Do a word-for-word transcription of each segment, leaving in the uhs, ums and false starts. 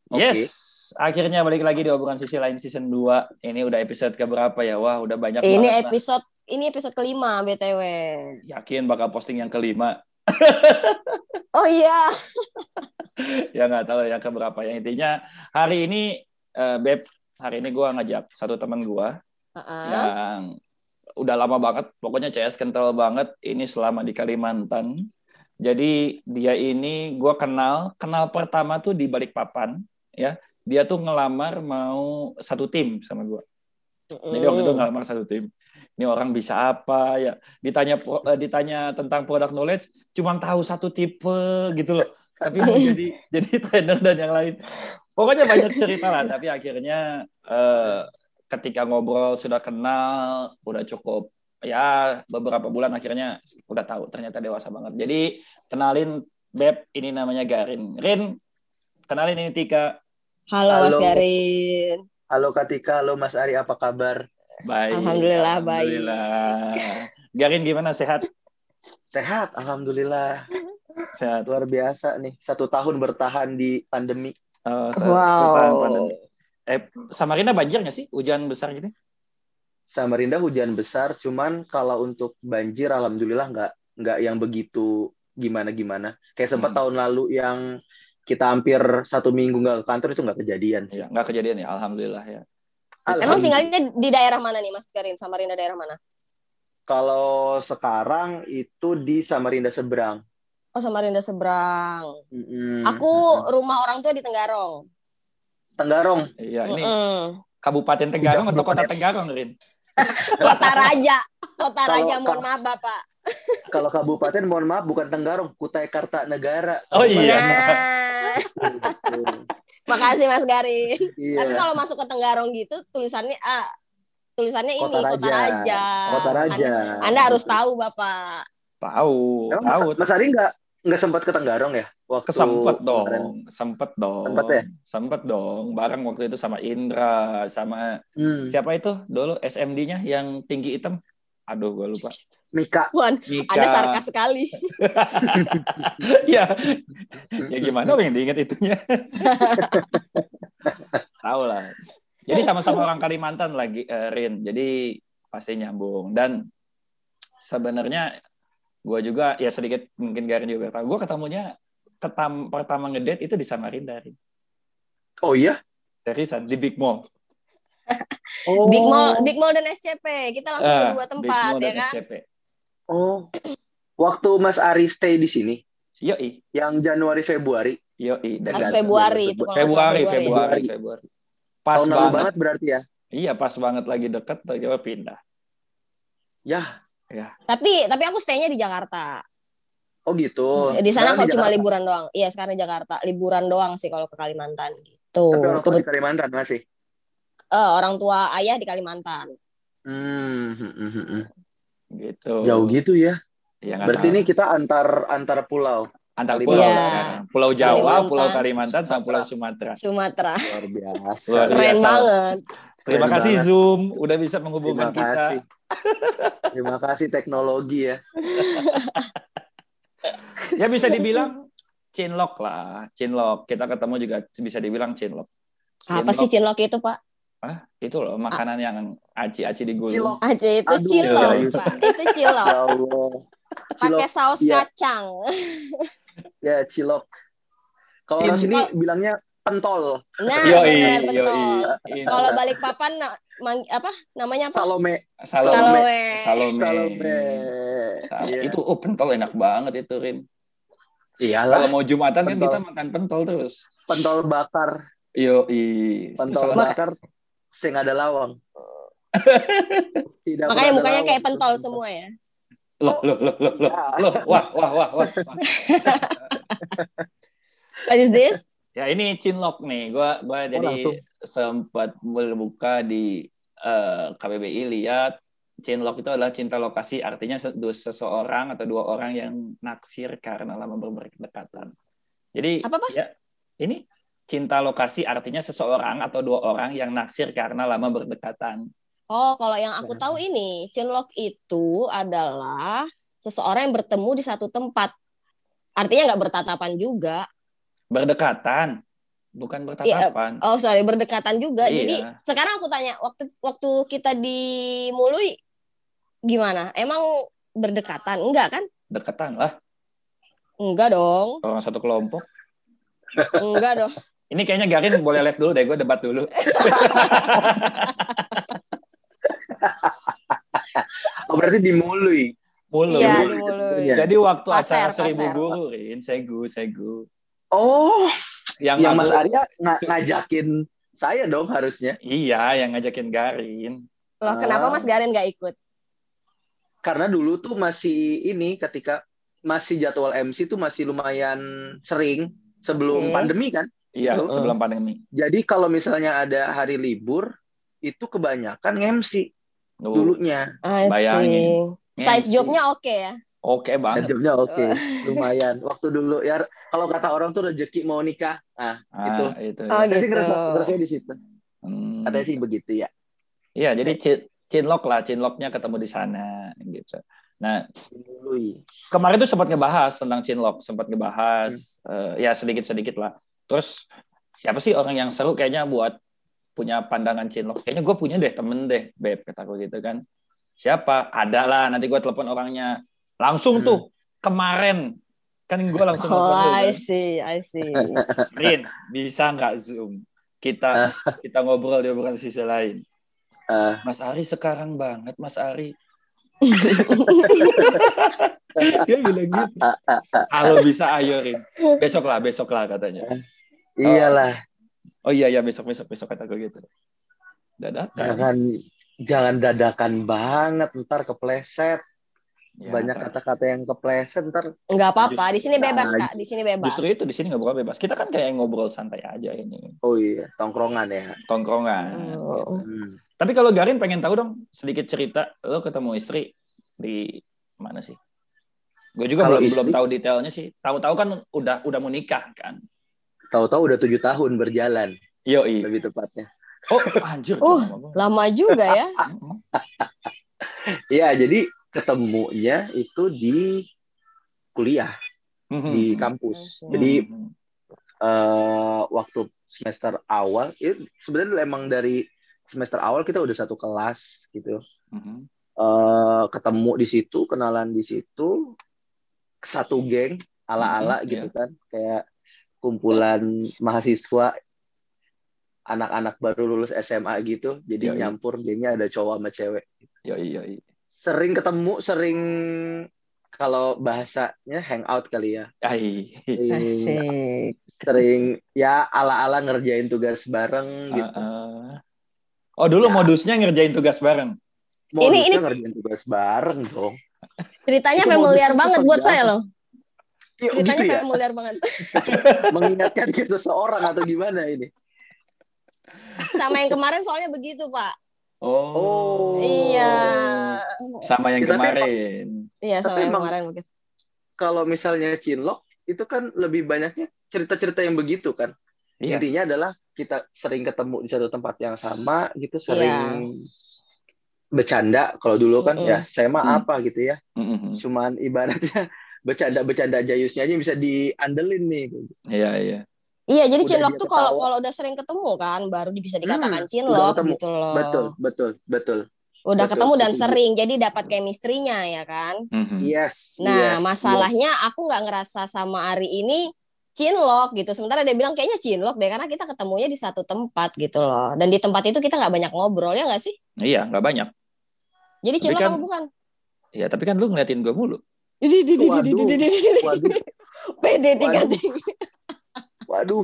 Yes, Oke. akhirnya balik lagi di obrolan sisi lain season dua. Ini udah episode keberapa ya? Wah, udah banyak Ini banget episode lah. Ini episode kelima B T W. Yakin bakal posting yang kelima. Oh iya. Ya nggak tahu ya keberapa ya. Intinya hari ini uh, Beb, hari ini gue ngajak satu teman gue uh-uh. yang udah lama banget, pokoknya C S kental banget ini selama di Kalimantan. Jadi dia ini gue kenal, kenal pertama tuh di Balikpapan. Ya, dia tuh ngelamar mau satu tim sama gue. Mm. Jadi waktu itu ngelamar satu tim. Ini orang bisa apa ya? Ditanya uh, ditanya tentang product knowledge, cuma tahu satu tipe gitu loh. Tapi mau jadi jadi trainer dan yang lain. Pokoknya banyak cerita lah. Tapi akhirnya uh, ketika ngobrol sudah kenal, udah cukup ya beberapa bulan akhirnya udah tahu ternyata dewasa banget. Jadi kenalin Beb, ini namanya Garin. Rin, kenalin ini Tika. Halo, Halo Mas Garin. Halo Kak Tika, halo Mas Ari, apa kabar? Baik. Alhamdulillah, Alhamdulillah. Baik. Garin gimana, sehat? Sehat, alhamdulillah. Sehat. Luar biasa nih, satu tahun bertahan di pandemi. Oh, wow. Bertahan pandemi. Eh, Samarinda banjir nggak sih? Hujan besar gitu? Samarinda hujan besar, cuman kalau untuk banjir, alhamdulillah nggak nggak yang begitu gimana-gimana. Kayak sempat hmm. tahun lalu yang kita hampir satu minggu nggak ke kantor itu nggak kejadian sih. Ya, nggak kejadian ya, alhamdulillah ya. Emang tinggalnya di daerah mana nih Mas Garin? Samarinda daerah mana? Kalau sekarang itu di Samarinda seberang. Oh, Samarinda seberang. Mm-hmm. Aku rumah orang tua di Tenggarong. Tenggarong? Iya, ini Mm-mm. Kabupaten Tenggarong atau Kota Tenggarong, Rin? Kota Raja. Kota Raja, mohon maaf Bapak. Kalau kabupaten, mohon maaf, bukan Tenggarong, Kutai Kartanegara. Oh iya. Nah. Makasih Mas Garin. Iya. Tapi kalau masuk ke Tenggarong gitu, tulisannya ah, tulisannya ini Kota Raja. Kota Raja. Kota Raja. Anda, anda harus tahu Bapak. Tahu. Emang tahu. Mas Ari nggak nggak sempat ke Tenggarong ya? Waktu Kesempet dong, kemarin. sempet dong. Sempet ya? Sempet dong. Bareng waktu itu sama Indra, sama hmm. siapa itu dulu S M D-nya yang tinggi hitam? Aduh, gue lupa. Mika. Wan, Mika. Anda sarkas sekali. ya, ya gimana yang diingat itunya? Tahu lah. Jadi sama-sama orang Kalimantan lagi, uh, Rin. Jadi pasti nyambung. Dan sebenarnya gue juga ya sedikit mungkin Garin juga. Gue ketemunya ketam, pertama ngedate itu di Samarinda. Rin. Oh iya? Seriusan di Big Mall. Oh. Big Mall, Big Mall dan S C P. Kita langsung uh, ke dua tempat ya kan? S C P. Oh. Waktu Mas Ari stay di sini. Yoi. Yang Januari Februari. Yoi. Mas Februari itu kalau Februari, Februari, Februari, Februari. Pas tahun banget. banget berarti ya. Iya, pas banget lagi deket tiba pindah. Ya. Ya. Tapi tapi aku stay-nya di Jakarta. Oh gitu. Di sana kok cuma liburan doang. Iya, sekarang di Jakarta. Liburan doang sih kalau ke Kalimantan gitu. Tapi orang tua Kebet- di Kalimantan masih? Uh, orang tua ayah di Kalimantan. Hmm, hmm, hmm, hmm. Gitu. Jauh gitu ya. ya Berarti tahu. Ini kita antar antar pulau. Antar pulau. Ya. Pulau Jawa, Kalimantan. Pulau Kalimantan, sama Pulau Sumatera. Sumatera. Luar biasa. Luar biasa. Keren banget. Terima Keren kasih banget. Zoom udah bisa menghubungkan Terima kita. Kasih. Terima kasih teknologi ya. Ya bisa dibilang chinlock lah, chinlock. Kita ketemu juga bisa dibilang chinlock. Chinlock. Apa sih chinlock itu, Pak? Ah, itu loh makanan ah. yang aci-aci digulung. Aci itu cilok, Pak. Itu cilok. Ya Allah. Pakai saus ya. Kacang. Ya, cilok. Kalau orang sini bilangnya pentol. Nah, yoi, benar pentol. Yoi. Kalau Balikpapan mang, apa namanya apa? Salome. Salome. Salome. Salome. Salome. Salome. Yeah. Itu oh pentol enak banget itu, Rin. Iyalah. Kalau mau Jumatan pentol. Kan kita makan pentol terus. Pentol bakar. Yo, i. Pentol bakar sing ada lawang. Tidak makanya mukanya lawang. Kayak pentol semua ya. Loh, loh, loh, loh, loh, loh. Wah, wah, wah, wah. What is this? Ya ini chinlock nih. Gua gua oh, jadi langsung. Sempat membuka di uh, K B B I lihat chinlock itu adalah cinta lokasi, artinya seseorang atau dua orang yang naksir karena lama berdekatan. Jadi apa, Pak? Ya ini cinta lokasi artinya seseorang atau dua orang yang naksir karena lama berdekatan. Oh, kalau yang aku tahu ini, chinlock itu adalah seseorang yang bertemu di satu tempat. Artinya nggak bertatapan juga. Berdekatan. bukan Iya, bertatapan. oh sorry berdekatan juga. Iya. Jadi sekarang aku tanya, waktu waktu kita di Mului gimana? Emang berdekatan? Enggak kan? Deketan lah, Enggak dong. orang satu kelompok. Enggak dong. Ini kayaknya Garin boleh live dulu deh, gue debat dulu. Oh, berarti di Mului. Mulu. Iya, Mului di Mului. ketemunya. Jadi waktu Pasir, acara seribu pasir. guru, Rin, segu, segu. Oh, Yang, yang aku, Mas Arya ng- ngajakin saya dong harusnya. Iya, yang ngajakin Garin. Loh, kenapa Mas Garin nggak ikut? Karena dulu tuh masih ini ketika masih jadwal M C tuh masih lumayan sering sebelum Oke. pandemi kan. Iya, Mm-mm. sebelum pandemi. Jadi kalau misalnya ada hari libur itu kebanyakan M C Tuh, dulunya. I see. Bayangin. Side M C. jobnya oke ya? Oke banget. Jobnya oke, lumayan. Waktu dulu ya kalau kata orang tuh rezeki mau nikah. Nah, Ah, itu. itu. Oh, Saya gitu. sih ngerasa, ngerasanya di situ. Hmm. Katanya sih begitu ya. Iya, jadi cin- cinlok lah, cinloknya ketemu di sana gitu. Nah, Mului. kemarin tuh sempat ngebahas tentang cinlok, sempat ngebahas hmm. uh, ya sedikit-sedikit lah. Terus siapa sih orang yang seru kayaknya buat punya pandangan cinlok? Kayaknya gue punya deh temen deh, Beb, kataku gitu kan. Siapa? Ada lah, nanti gue telepon orangnya. Langsung hmm. tuh kemarin kan gue langsung Oh, telepon I kan. see, I see. Rin, bisa nggak Zoom? Kita kita ngobrol di obrolan sisi lain. Uh. Mas Ari sekarang banget, Mas Ari. Dia bilang gitu. Kalau bisa ayo Rin. Besok lah, besok lah katanya. Iyalah. Oh, oh iya, iya besok, besok, besok kataku gitu. Dadakan. Jangan, jangan dadakan banget, ntar kepleset. Ya, banyak ntar. Kata-kata yang kepleset ntar. Enggak apa-apa, di sini bebas Kak, di sini bebas. Justru itu di sini ngobrol bebas. Kita kan kayak ngobrol santai aja ini. Oh iya, tongkrongan ya. Tongkrongan. Oh. Gitu. Hmm. Tapi kalau Garin pengen tahu dong sedikit cerita, lo ketemu istri di mana sih? Gue juga kalau belum istri, belum tahu detailnya sih. Tahu-tahu kan udah udah mau nikah kan. Tahu-tahu udah tujuh tahun berjalan. Yoi. Lebih tepatnya. Oh anjir. Uh, lama juga ya. Iya, jadi ketemunya itu di kuliah, mm-hmm. di kampus. Mm-hmm. Jadi uh, waktu semester awal, itu sebenarnya emang dari semester awal kita udah satu kelas gitu. Mm-hmm. Uh, ketemu di situ, kenalan di situ, satu geng ala-ala mm-hmm. gitu yeah. kan, kayak kumpulan mahasiswa anak-anak baru lulus S M A gitu, jadi yoi. Nyampur gengnya ada cowok sama cewek. Yoi, yoi. Sering ketemu, sering kalau bahasanya hangout kali ya. Asik. Sering ya ala-ala ngerjain tugas bareng gitu. Uh, uh. Oh dulu ya. Modusnya ngerjain tugas bareng. Modusnya ini, ini ngerjain tugas bareng dong. Ceritanya familiar banget buat saya loh. Ya, Ceritanya gitu ya? familiar banget. Mengingatkan ke seseorang atau gimana ini? Sama yang kemarin soalnya begitu Pak. Oh, oh. Iya. Sama yang ya, kemarin. Iya, sama yang kemarin begitu. Kalau misalnya cinlok itu kan lebih banyaknya cerita-cerita yang begitu kan. Iya. Intinya adalah kita sering ketemu di satu tempat yang sama gitu, sering iya. bercanda. Kalau dulu kan mm-hmm. ya saya mah mm-hmm. apa gitu ya. Mm-hmm. Cuman ibaratnya bercanda-bercanda jayusnya aja bisa diandelin nih. Iya, iya. Iya, jadi cinlok tuh kalau kalau udah sering ketemu kan baru bisa dikatakan hmm, cinlok gitu loh. Betul, betul, betul. Udah betul, ketemu dan betul. Sering, jadi dapat chemistry-nya ya kan. Mm-hmm. Yes. Nah, yes, masalahnya yes. aku nggak ngerasa sama Ari ini cinlok gitu. Sementara dia bilang kayaknya cinlok deh karena kita ketemunya di satu tempat gitu loh. Dan di tempat itu kita nggak banyak ngobrol ya nggak sih? Iya, nggak banyak. Jadi tapi cinlok kan, apa bukan? Iya, tapi kan lu ngeliatin gue mulu. Waduh. Waduh. Pede tingkat tinggi. Waduh.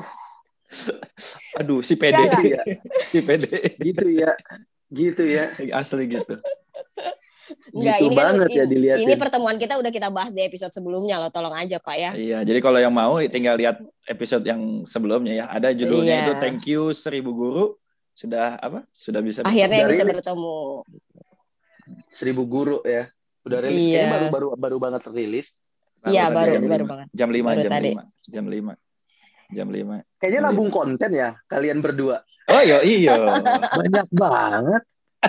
Aduh, si pede ya. Si pede. Gitu ya. Gitu ya. Asli gitu. Enggak, gitu ini banget kan, ya dilihatin. Ini pertemuan kita udah kita bahas di episode sebelumnya loh, tolong aja Pak ya. Iya, jadi kalau yang mau tinggal lihat episode yang sebelumnya ya. Ada judulnya iya. itu Thank You Seribu Guru. Sudah apa? Sudah bisa akhirnya bisa rilis. bertemu. Seribu Guru ya. Udah rilis. Iya. Kayaknya baru baru baru banget rilis. Iya, baru jam baru lima. banget. Jam lima, baru jam tadi. lima. Jam lima. Jam lima. Kayaknya jam nabung lima. konten ya kalian berdua. Oh iya, iya. Banyak banget.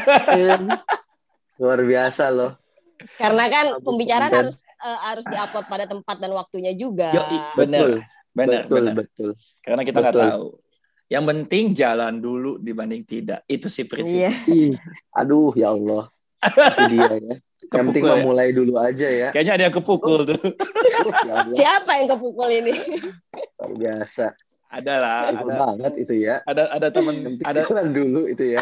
Luar biasa loh. Karena kan nabung pembicaraan konten. harus uh, harus diupload pada tempat dan waktunya juga. Yo, benar. Benar, betul, benar. Betul. Karena kita nggak tahu Yang penting jalan dulu dibanding tidak. Itu sih prinsip. Iya. Ih, aduh ya Allah. Itu dia ya. Yang penting Kepukul mah ya? mulai dulu aja ya. Kayaknya ada yang kepukul tuh. Uh, ya Allah, Siapa yang kepukul ini? luar biasa. Ada lah, Pukul ada banget itu ya. ada ada Yang temen penting ada jalan dulu itu ya.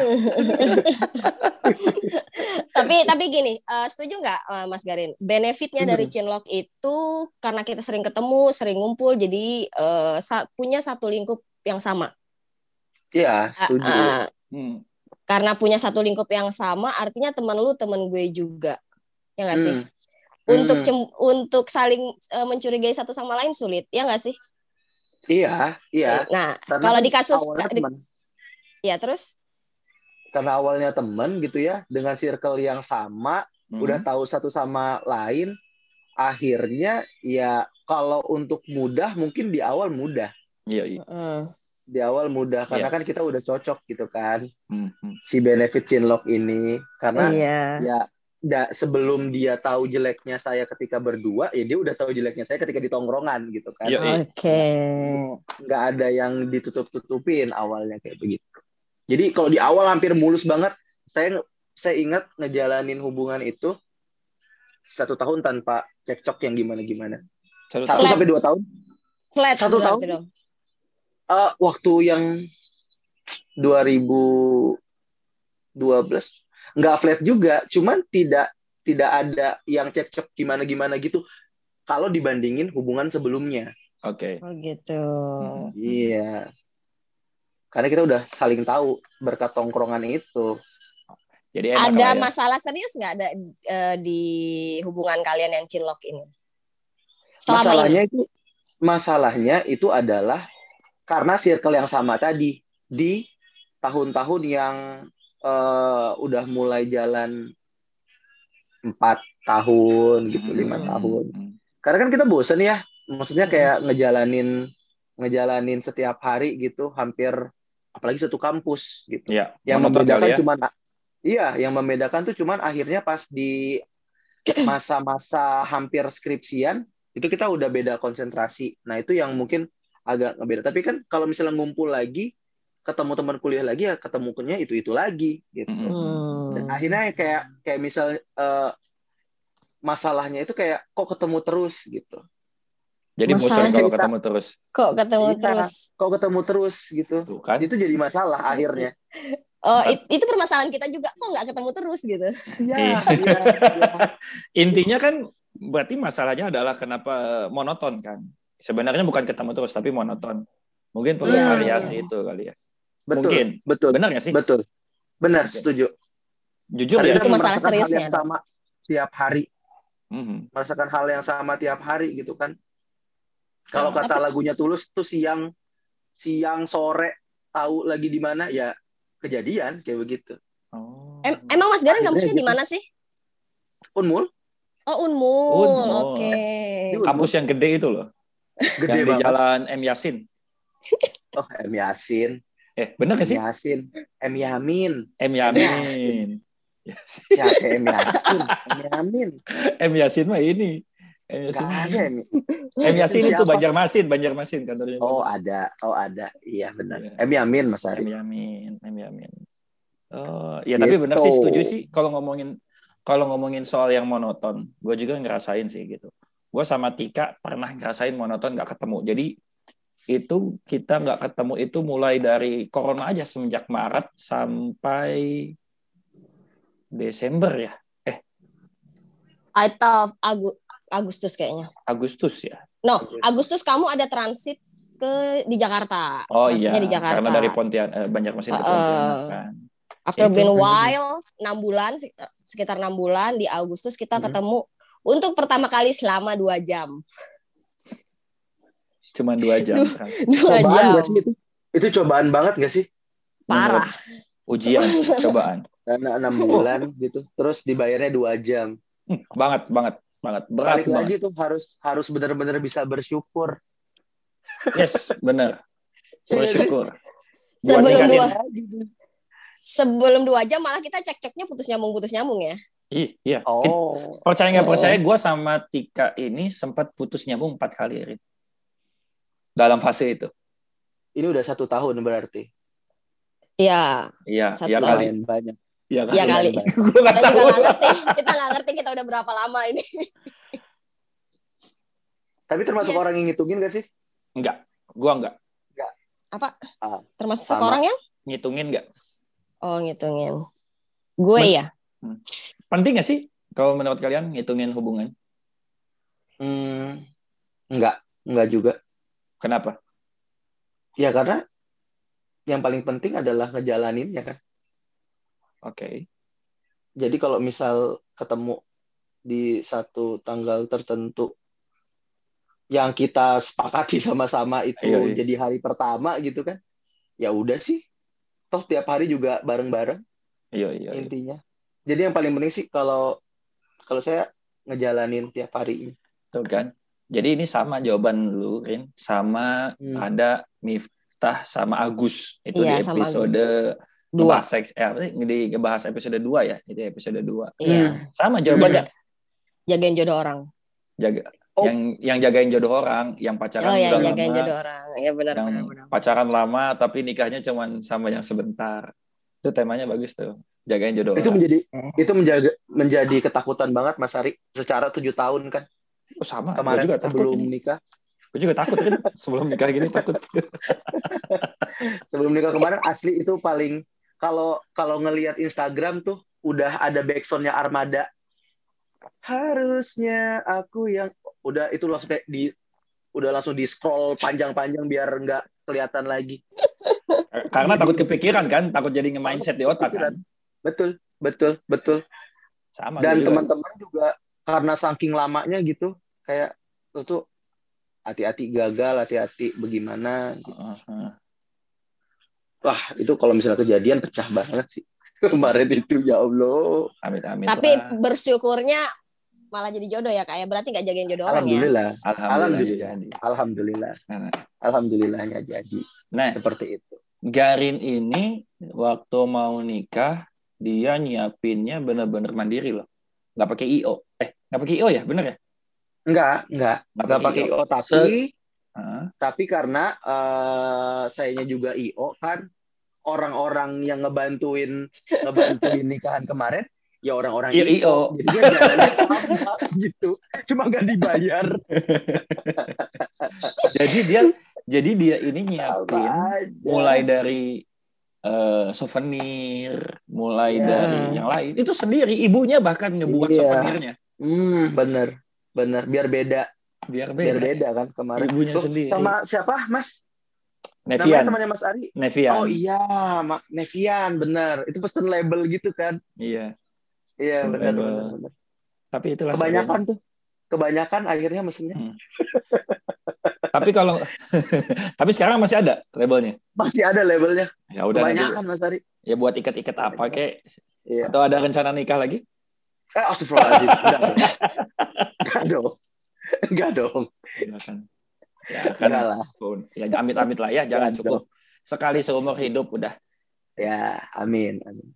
tapi tapi gini, uh, setuju nggak uh, Mas Garin? Benefitnya dari Hmm. Chinlock itu karena kita sering ketemu, sering ngumpul, jadi uh, sa- punya satu lingkup yang sama. Iya, Uh, setuju. uh, hmm, karena punya satu lingkup yang sama, artinya teman lu teman gue juga, ya nggak sih? Hmm. Untuk Hmm. cem- untuk saling uh, mencurigai satu sama lain sulit, ya nggak sih? Iya, iya. Nah, Karena kalau kan di kasus, awalnya di- teman. ya terus, Karena awalnya teman gitu ya, dengan circle yang sama, hmm. udah tahu satu sama lain, akhirnya ya kalau untuk mudah mungkin di awal mudah. Iya, iya. uh, Di awal mudah karena Iya. kan kita udah cocok gitu kan. Hmm, hmm. Si benefit Chinlock ini karena iya, ya da, sebelum dia tahu jeleknya saya ketika berdua, ya dia udah tahu jeleknya saya ketika di tongkrongan gitu kan. Iya, iya. oke. Nggak ada yang ditutup-tutupin awalnya kayak begitu. Jadi kalau di awal hampir mulus banget, saya saya ingat ngejalanin hubungan itu satu tahun tanpa cekcok yang gimana-gimana. Satu Satu tahun. sampai dua tahun. Flat Satu berarti tahun? dong. Uh, waktu yang dua ribu dua belas nggak flat juga, cuman tidak tidak ada yang cekcok gimana-gimana gitu. Kalau dibandingin hubungan sebelumnya. Oke. Oh gitu. Hmm. Iya. Karena kita udah saling tahu berkat tongkrongan itu. Jadi enak Ada lah ya. masalah serius nggak ada eh, di hubungan kalian yang Chinlock ini? Selama Masalahnya ini? itu masalahnya itu adalah karena circle yang sama tadi di tahun-tahun yang uh, udah mulai jalan empat tahun gitu, lima Hmm. tahun. Hmm. Karena kan kita bosen ya, maksudnya kayak ngejalanin ngejalanin setiap hari gitu, hampir apalagi satu kampus gitu. Iya, Yang monoton membedakan kali ya. cuman iya, yang membedakan tuh cuman akhirnya pas di masa-masa hampir skripsian itu kita udah beda konsentrasi. Nah, itu yang mungkin agak ngebeda. Tapi kan kalau misalnya ngumpul lagi, ketemu teman kuliah lagi ya ketemunya itu-itu lagi gitu. Hmm. Dan akhirnya kayak kayak misal uh, masalahnya itu kayak kok ketemu terus gitu. Jadi bosan Masalah kalau kita- ketemu terus. Kok ketemu Iya. terus? Kok ketemu terus gitu. Tuh kan. Itu jadi masalah akhirnya. Oh, it- itu permasalahan kita juga. Kok nggak ketemu terus gitu? Iya, Iya. iya, iya. Intinya kan berarti masalahnya adalah kenapa monoton kan. Sebenarnya bukan ketemu terus tapi monoton. Mungkin perlu Iya. variasi itu kali ya. Betul, Mungkin. betul, Benar nggak sih? betul. Benar, Oke. setuju. Jujur Karena ya. Itu kita masalah merasakan hal seriusnya yang dong. sama tiap hari. Mhm. Merasakan hal yang sama tiap hari gitu kan. Kalau Ya. kata Tapi- lagunya Tulus tuh siang siang sore tahu lagi di mana ya kejadian kayak begitu. Oh. Em- emang Mas Garan Akhirnya kampusnya gitu. di mana sih? Unmul Oh, Unmul. Unmul. Oke. Di Unmul. Kampus yang gede itu loh. gede yang di banget. Jalan M Yasin. Oh, M Yasin, Eh, benar nggak M sih? Yasin, M Yamin. M Yamin. Siapa M Yasin? M Yamin. M Yasin mah ini. M Yasin. Enggak ada M. M Yasin itu Siapa? Banjarmasin, Banjarmasin kantornya. Oh, Banjarmasin. ada. Oh, ada. Iya, benar. Iya. M Yamin, Mas M Ari. Yamin, M Yamin. Oh, ya tapi Gitu. benar sih, setuju sih kalau ngomongin kalau ngomongin soal yang monoton, gue juga ngerasain sih gitu. Gue sama Tika pernah ngerasain monoton nggak ketemu. Jadi itu kita nggak ketemu itu mulai dari corona aja semenjak Maret sampai Desember ya, Atau Agu- Agustus kayaknya. Agustus ya. No, Agustus kamu ada transit ke di Jakarta. Oh iya, Transitnya di Jakarta. karena dari Pontianak, eh, Banjarmasin ke Uh-uh. Pontianak kan. After Itu. been a while, enam bulan, sekitar enam bulan di Agustus kita Hmm. ketemu untuk pertama kali selama dua jam. Cuma dua jam. Dua- transit. Dua Cobaan jam. nggak sih itu? Itu cobaan banget nggak sih? Parah. Ujian, cobaan. Karena enam bulan gitu, terus dibayarnya dua jam. Hmm, banget, banget, banget. Berat Balik banget. lagi tuh harus harus benar-benar bisa bersyukur. Yes, benar. Bersyukur. Buat Sebelum ningkatin. dua, Lagi tuh. sebelum dua jam malah kita cekcoknya putus nyambung putus nyambung ya. Ih, iya. Oh, Percaya nggak Oh. percaya, gue sama Tika ini sempat putus nyambung empat kali, Rin. Dalam fase itu. ini udah satu tahun berarti. Iya. Iya, Satu ya tahun. kali. Lumayan banyak. Iya Iya kali. Lumayan banyak. Gue nggak Saya tahu. juga nggak ngerti. Kita nggak ngerti kita udah berapa lama ini. Tapi termasuk Yes. orang yang ngitungin gak sih? Enggak, gue enggak. Apa? Ah, Termasuk sama. orang yang? Ngitungin enggak? Oh ngitungin. Gue Men- ya. Penting nggak sih kalau menurut kalian ngitungin hubungan? Hmm, enggak, enggak juga. Kenapa? Ya karena yang paling penting adalah ngejalaninnya kan. Oke. Jadi kalau misal ketemu di satu tanggal tertentu yang kita sepakati sama-sama itu Iya, iya. jadi hari pertama gitu kan, ya udah sih. Toh tiap hari juga bareng-bareng Iya, iya, iya. intinya. Jadi yang paling penting sih kalau kalau saya ngejalanin tiap hari ini. Tuh kan. Jadi ini sama jawaban lu, Rin. Sama Hmm. ada Miftah sama Agus. Itu Iya, di sama episode Dua. ngebahas seks, eh, apa sih? Di ngebahas episode dua ya. Itu episode dua. Iya. Sama Jaga, jawabannya. jagain jodoh orang. Jaga Oh. yang yang jagain jodoh orang, yang pacaran Oh ya, udah jagain lama, jodoh orang. Iya benar yang benar benar. pacaran lama tapi nikahnya cuman sama yang sebentar. Itu temanya bagus tuh. Jagain jodoh Itu orang. menjadi itu menjaga menjadi ketakutan banget Mas Ari secara tujuh tahun kan Oh, sama. Gue kemarin juga takut sebelum ini. nikah. Gue juga takut kan sebelum nikah gini takut. Sebelum nikah kemarin asli itu paling kalau kalau ngelihat Instagram tuh udah ada backsoundnya Armada. Harusnya aku yang udah itu langsung kayak di udah langsung di scroll panjang-panjang biar nggak kelihatan lagi. Karena takut kepikiran kan, takut jadi nge-mindset di otak kan. Betul, betul, betul. Sama. Dan gue juga. teman-teman juga karena saking lamanya gitu kayak lu tuh hati-hati gagal, hati-hati bagaimana. Gitu. Uh-huh. Wah, itu kalau misalnya kejadian pecah banget sih. Kemarin itu ya Allah. Amit-amit Tapi lah. bersyukurnya malah jadi jodoh ya kayak berarti nggak jagain jodoh orang ya. Alhamdulillah. Alhamdulillah. Alhamdulillah. Jadi. Alhamdulillah. Nah, Alhamdulillahnya jadi nah, seperti itu. Garin ini waktu mau nikah dia nyiapinnya bener-bener mandiri loh. Nggak pakai I O. Eh, nggak pakai I O ya? Bener ya? Enggak, enggak. Nggak Enggak pakai pakai I O, tapi Se- Hah? tapi karena eh sayanya juga I O kan orang-orang yang ngebantuin ngebantuin nikahan kemarin ya orang-orang Iya, I O. I O. Jadi dia jalannya sama gitu. Cuma nggak dibayar. Jadi dia jadi dia ini nyiapin Sama aja. mulai dari eh, souvenir, mulai Ya. dari yang lain. Itu sendiri ibunya bahkan ngebuat Iya. souvenirnya Hmm, bener. Bener. Biar beda. biar Biar beda. beda kan kemarin. Ibunya Loh, sendiri. sama siapa, Mas? Namanya Nevian. temannya Mas Ari. Nevian. Oh iya, Mak Nevian, bener. Itu pesen label gitu kan. Iya. Iya, Pesen bener, label. bener, bener. Tapi itulah Kebanyakan serunya. tuh. Kebanyakan akhirnya mesennya. Hmm. Tapi kalau tapi sekarang masih ada labelnya. Masih ada labelnya. Ya udah nanti Kebanyakan, Mas Ari. ya buat ikat-ikat apa kek. Iya. Atau ada rencana nikah lagi? Eh, astagfirullahaladzim. Enggak dong. Enggak dong. Enggak dong. Ya kan. Ya kan. Enggak lah. Ya amit-amit lah ya, jangan Enggak cukup sekali seumur hidup udah. Ya, amin. Amin.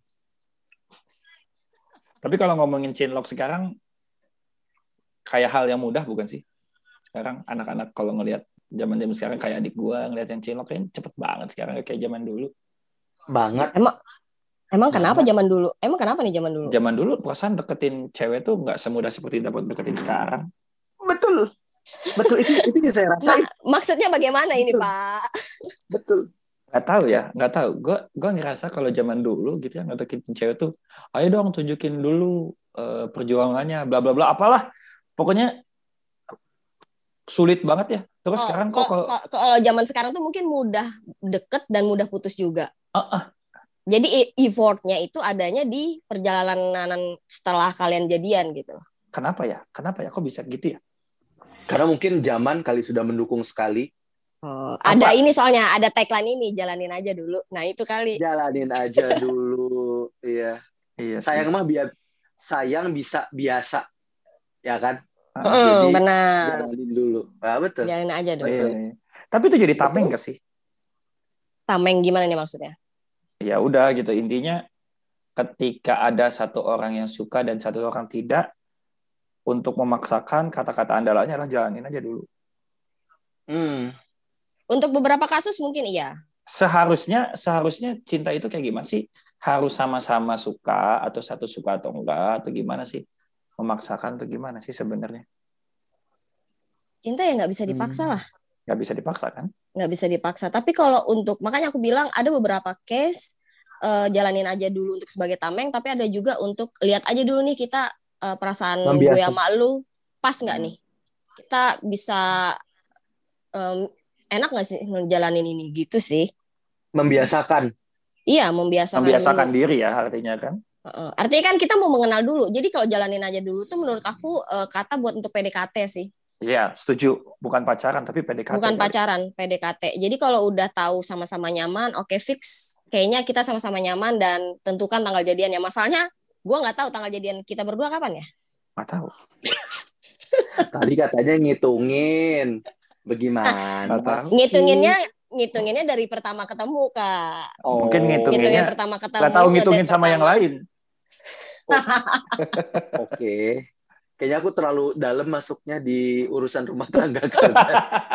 Tapi kalau ngomongin cinlok sekarang kayak hal yang mudah bukan sih? Sekarang anak-anak kalau ngelihat zaman-zaman sekarang kayak adik gua ngelihat yang cinlok kayaknya cepet banget sekarang kayak zaman dulu. Banget. Emang emang kenapa zaman dulu? Emang kenapa nih zaman dulu? Zaman dulu perasaan deketin cewek tuh nggak semudah seperti dapat deketin sekarang. Betul. Betul. Itu, itu yang saya rasain. Ma- maksudnya bagaimana ini, Betul. Pak? Betul. Nggak tahu ya, nggak tahu. Gue gue ngerasa kalau zaman dulu gitu ya ngedeketin cewek tuh, ayo dong tunjukin dulu uh, perjuangannya, bla bla bla, apalah. Pokoknya sulit banget ya. Terus Oh, sekarang kok kalau kalau kalau zaman sekarang tuh mungkin mudah deket dan mudah putus juga. uh, uh, Jadi e- effortnya itu adanya di perjalanan setelah kalian jadian gitu. kenapa ya? Kenapa ya? Kok bisa gitu ya? Karena mungkin zaman kali sudah mendukung sekali. Oh, ada ini soalnya ada tagline ini jalanin aja dulu. Nah itu kali. Jalanin aja dulu. Iya. Iya. Sayang mah biar sayang bisa biasa. Ya kan? Ah, Hmm, Jadi, benar. jalanin dulu. Ah, betul. Jalanin aja dulu. iya, iya. Tapi itu jadi tameng gak sih? Tameng gimana nih maksudnya? Ya udah gitu. Intinya ketika ada satu orang yang suka dan satu orang tidak, untuk memaksakan kata-kata andalannya adalah jalanin aja dulu. Hmm. Untuk beberapa kasus mungkin iya. Seharusnya seharusnya cinta itu kayak gimana sih? Harus sama-sama suka atau satu suka atau enggak atau gimana sih? Memaksakan atau gimana sih sebenarnya? Cinta ya nggak bisa dipaksa Hmm. lah. Nggak bisa dipaksa kan? Nggak bisa dipaksa. Tapi kalau untuk, makanya aku bilang ada beberapa case eh, jalanin aja dulu untuk sebagai tameng, tapi ada juga untuk lihat aja dulu nih kita eh, perasaan gue Membiasa. sama lu pas nggak Hmm. nih? Kita bisa em, enak nggak sih ngejalanin ini gitu sih? Membiasakan. Iya, membiasakan Membiasakan dulu. diri ya artinya kan? Heeh. Artinya kan kita mau mengenal dulu. Jadi kalau jalanin aja dulu tuh menurut aku eh, kata buat untuk P D K T sih. Iya, setuju. Bukan pacaran tapi P D K T. Bukan kali. pacaran, P D K T. Jadi kalau udah tahu sama-sama nyaman, oke fix. Kayaknya kita sama-sama nyaman dan tentukan tanggal jadian ya. Masalahnya gue nggak tahu tanggal jadian kita berdua kapan ya. Nggak tahu. Tadi katanya ngitungin. Bagaimana? Nggak tahu. Ngitunginnya ngitunginnya dari pertama ketemu, Kak. Oh. Mungkin ngitung. Ngitungin Ngitunginnya pertama ketemu. Nggak tahu ngitungin ngedate sama yang pertama. lain. Oke. Kayaknya aku terlalu dalam masuknya di urusan rumah tangga kalian.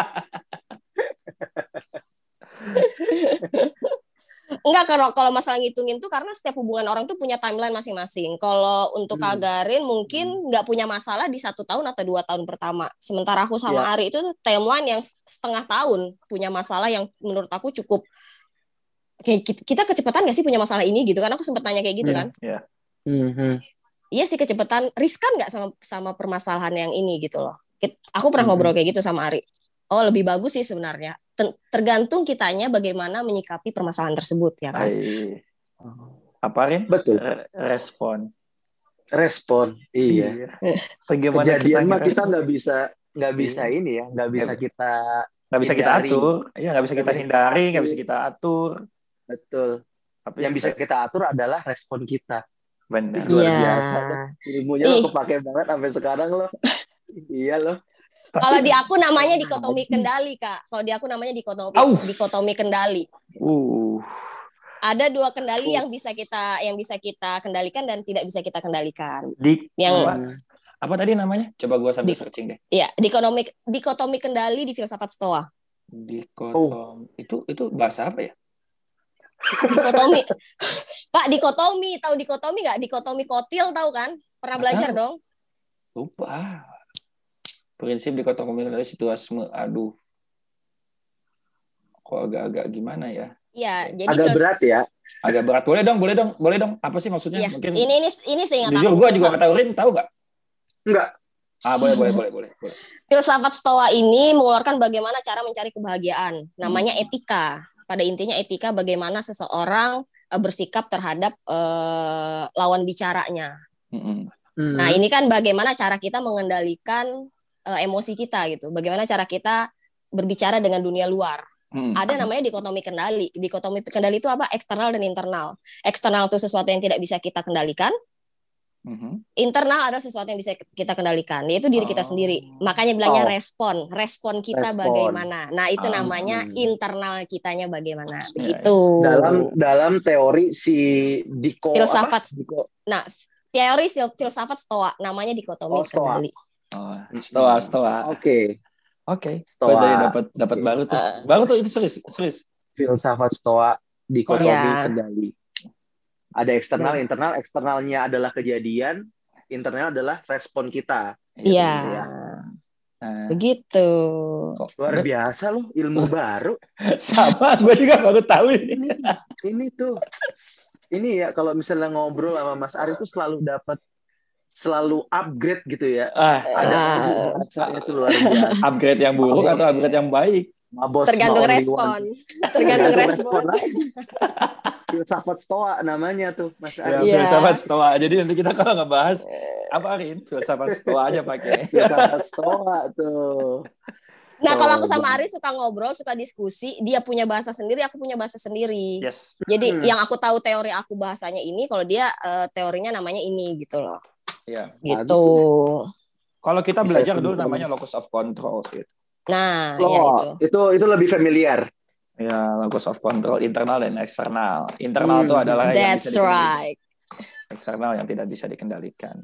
Enggak, kalau kalau masalah ngitungin tuh karena setiap hubungan orang tuh punya timeline masing-masing. Kalau untuk Hmm. Kak Garin mungkin nggak punya masalah di satu tahun atau dua tahun pertama. Sementara aku sama Ya. Ari itu tuh timeline yang setengah tahun punya masalah yang menurut aku cukup. Kayak kita, kita kecepatan nggak sih punya masalah ini gitu kan? Aku sempat nanya kayak gitu Hmm. kan. Iya. Mhm. Iya sih kecepatan, riskan nggak sama sama permasalahan yang ini gitu loh. Kit- Aku pernah Mhm. ngobrol kayak gitu sama Ari. Oh lebih bagus sih sebenarnya. Ten- Tergantung kitanya bagaimana menyikapi permasalahan tersebut ya kan. Hai. Apa Rin? Betul. Re- Respon. Respon. Iya. Atau gimana Kejadian mah kita ngerespon? nggak bisa nggak bisa Iya. ini ya, nggak bisa Nggak- kita Nggak bisa kita hindari. atur. Iya, nggak bisa Nggak kita bisa kita hindari, nggak atur. bisa kita atur. Betul. Tapi Yang bisa kita atur adalah respon kita. benar. Luar Iya. biasa loh. Ilmunya lo Ih. kepake banget sampai sekarang loh. Iya loh. Kalau di aku namanya dikotomi kendali, Kak. Kalau di aku namanya dikotomi Au. dikotomi kendali. Uh. Ada dua kendali yang bisa kita yang bisa kita kendalikan dan tidak bisa kita kendalikan. Di Yang apa? Apa tadi namanya? Coba gua sambil Di- searching deh. ya, dikotomi dikotomi kendali di filsafat Stoa. Dikotom. Itu itu bahasa apa ya? Dikotomi. Pak, dikotomi, tahu dikotomi nggak? Dikotomi kotil tahu kan? Pernah Nggak belajar tahu. dong? Lupa. Prinsip dikotomi dari situasi. Aduh. Kok agak-agak gimana ya? Iya, jadi Agak filos- berat ya. Agak berat. Boleh dong, boleh dong, boleh dong. Apa sih maksudnya? Iya, Mungkin ini ini ini seingat jujur aku gua juga filsafat- nggak tahu. Rin, tahu nggak? Enggak. Ah, boleh, boleh, boleh, boleh. boleh. filsafat Stoa ini mengeluarkan bagaimana cara mencari kebahagiaan. Namanya Hmm. etika. Pada intinya etika bagaimana seseorang eh, bersikap terhadap eh, lawan bicaranya. Mm-mm. Hmm. Nah, ini kan bagaimana cara kita mengendalikan eh, emosi kita gitu. Bagaimana cara kita berbicara dengan dunia luar. Mm-mm. Ada namanya dikotomi kendali. Dikotomi kendali itu apa? Eksternal dan internal. Eksternal itu sesuatu yang tidak bisa kita kendalikan. Mhm. Internal adalah sesuatu yang bisa kita kendalikan, yaitu diri kita Oh. sendiri. Makanya bilangnya Oh. respon, respon kita Respon. bagaimana. Nah, itu Ah. namanya internal kitanya bagaimana. Iya, Begitu. Dalam dalam teori si Diko Filsafat. apa? Diko. Nah, teori fil- filsafat Stoa namanya dikotomi Oh, Stoa. kendali. Oh, stoa, stoa. Oke. Oke. Stoa. Gua tadi dapat dapat Oke. baru tuh. Eh, Baru tuh itu serius, serius. Filsafat Stoa dikotomi Iya. kendali. Ada eksternal, Nah. internal. Eksternalnya adalah kejadian, internal adalah respon kita. Iya. Iya. Nah, Begitu. kok Luar Beb, biasa loh, ilmu baru. sama gue juga baru tahu ini. Ini ini tuh. Ini ya kalau misalnya ngobrol sama Mas Ari tuh selalu dapat selalu upgrade gitu ya. Ah, Ada Ah. bahasanya tuh luar biasa. upgrade yang buruk atau upgrade yang baik? Mabos Tergantung ma only respon. one. Tergantung Tergantung respon. lagi. Filsafat Stoa namanya tuh Mas Ya, Ari. Iya. filsafat stoa. Jadi nanti kita kalau ngebahas apa Rin? Filsafat stoa aja pakai. Filsafat Stoa tuh. Nah, kalau aku Coba. sama Ari suka ngobrol, suka diskusi, dia punya bahasa sendiri, aku punya bahasa sendiri. Yes. Jadi Hmm. yang aku tahu teori aku bahasanya ini, kalau dia eh, teorinya namanya ini gitu loh. Ya. Gitu. Kalau kita Bisa belajar sebut dulu namanya. namanya locus of control gitu. Nah, Loh, ya itu. itu itu lebih familiar. Ya, locus of control internal dan eksternal. Internal Hmm. itu adalah yang That's bisa dikendalikan. right. Eksternal yang tidak bisa dikendalikan.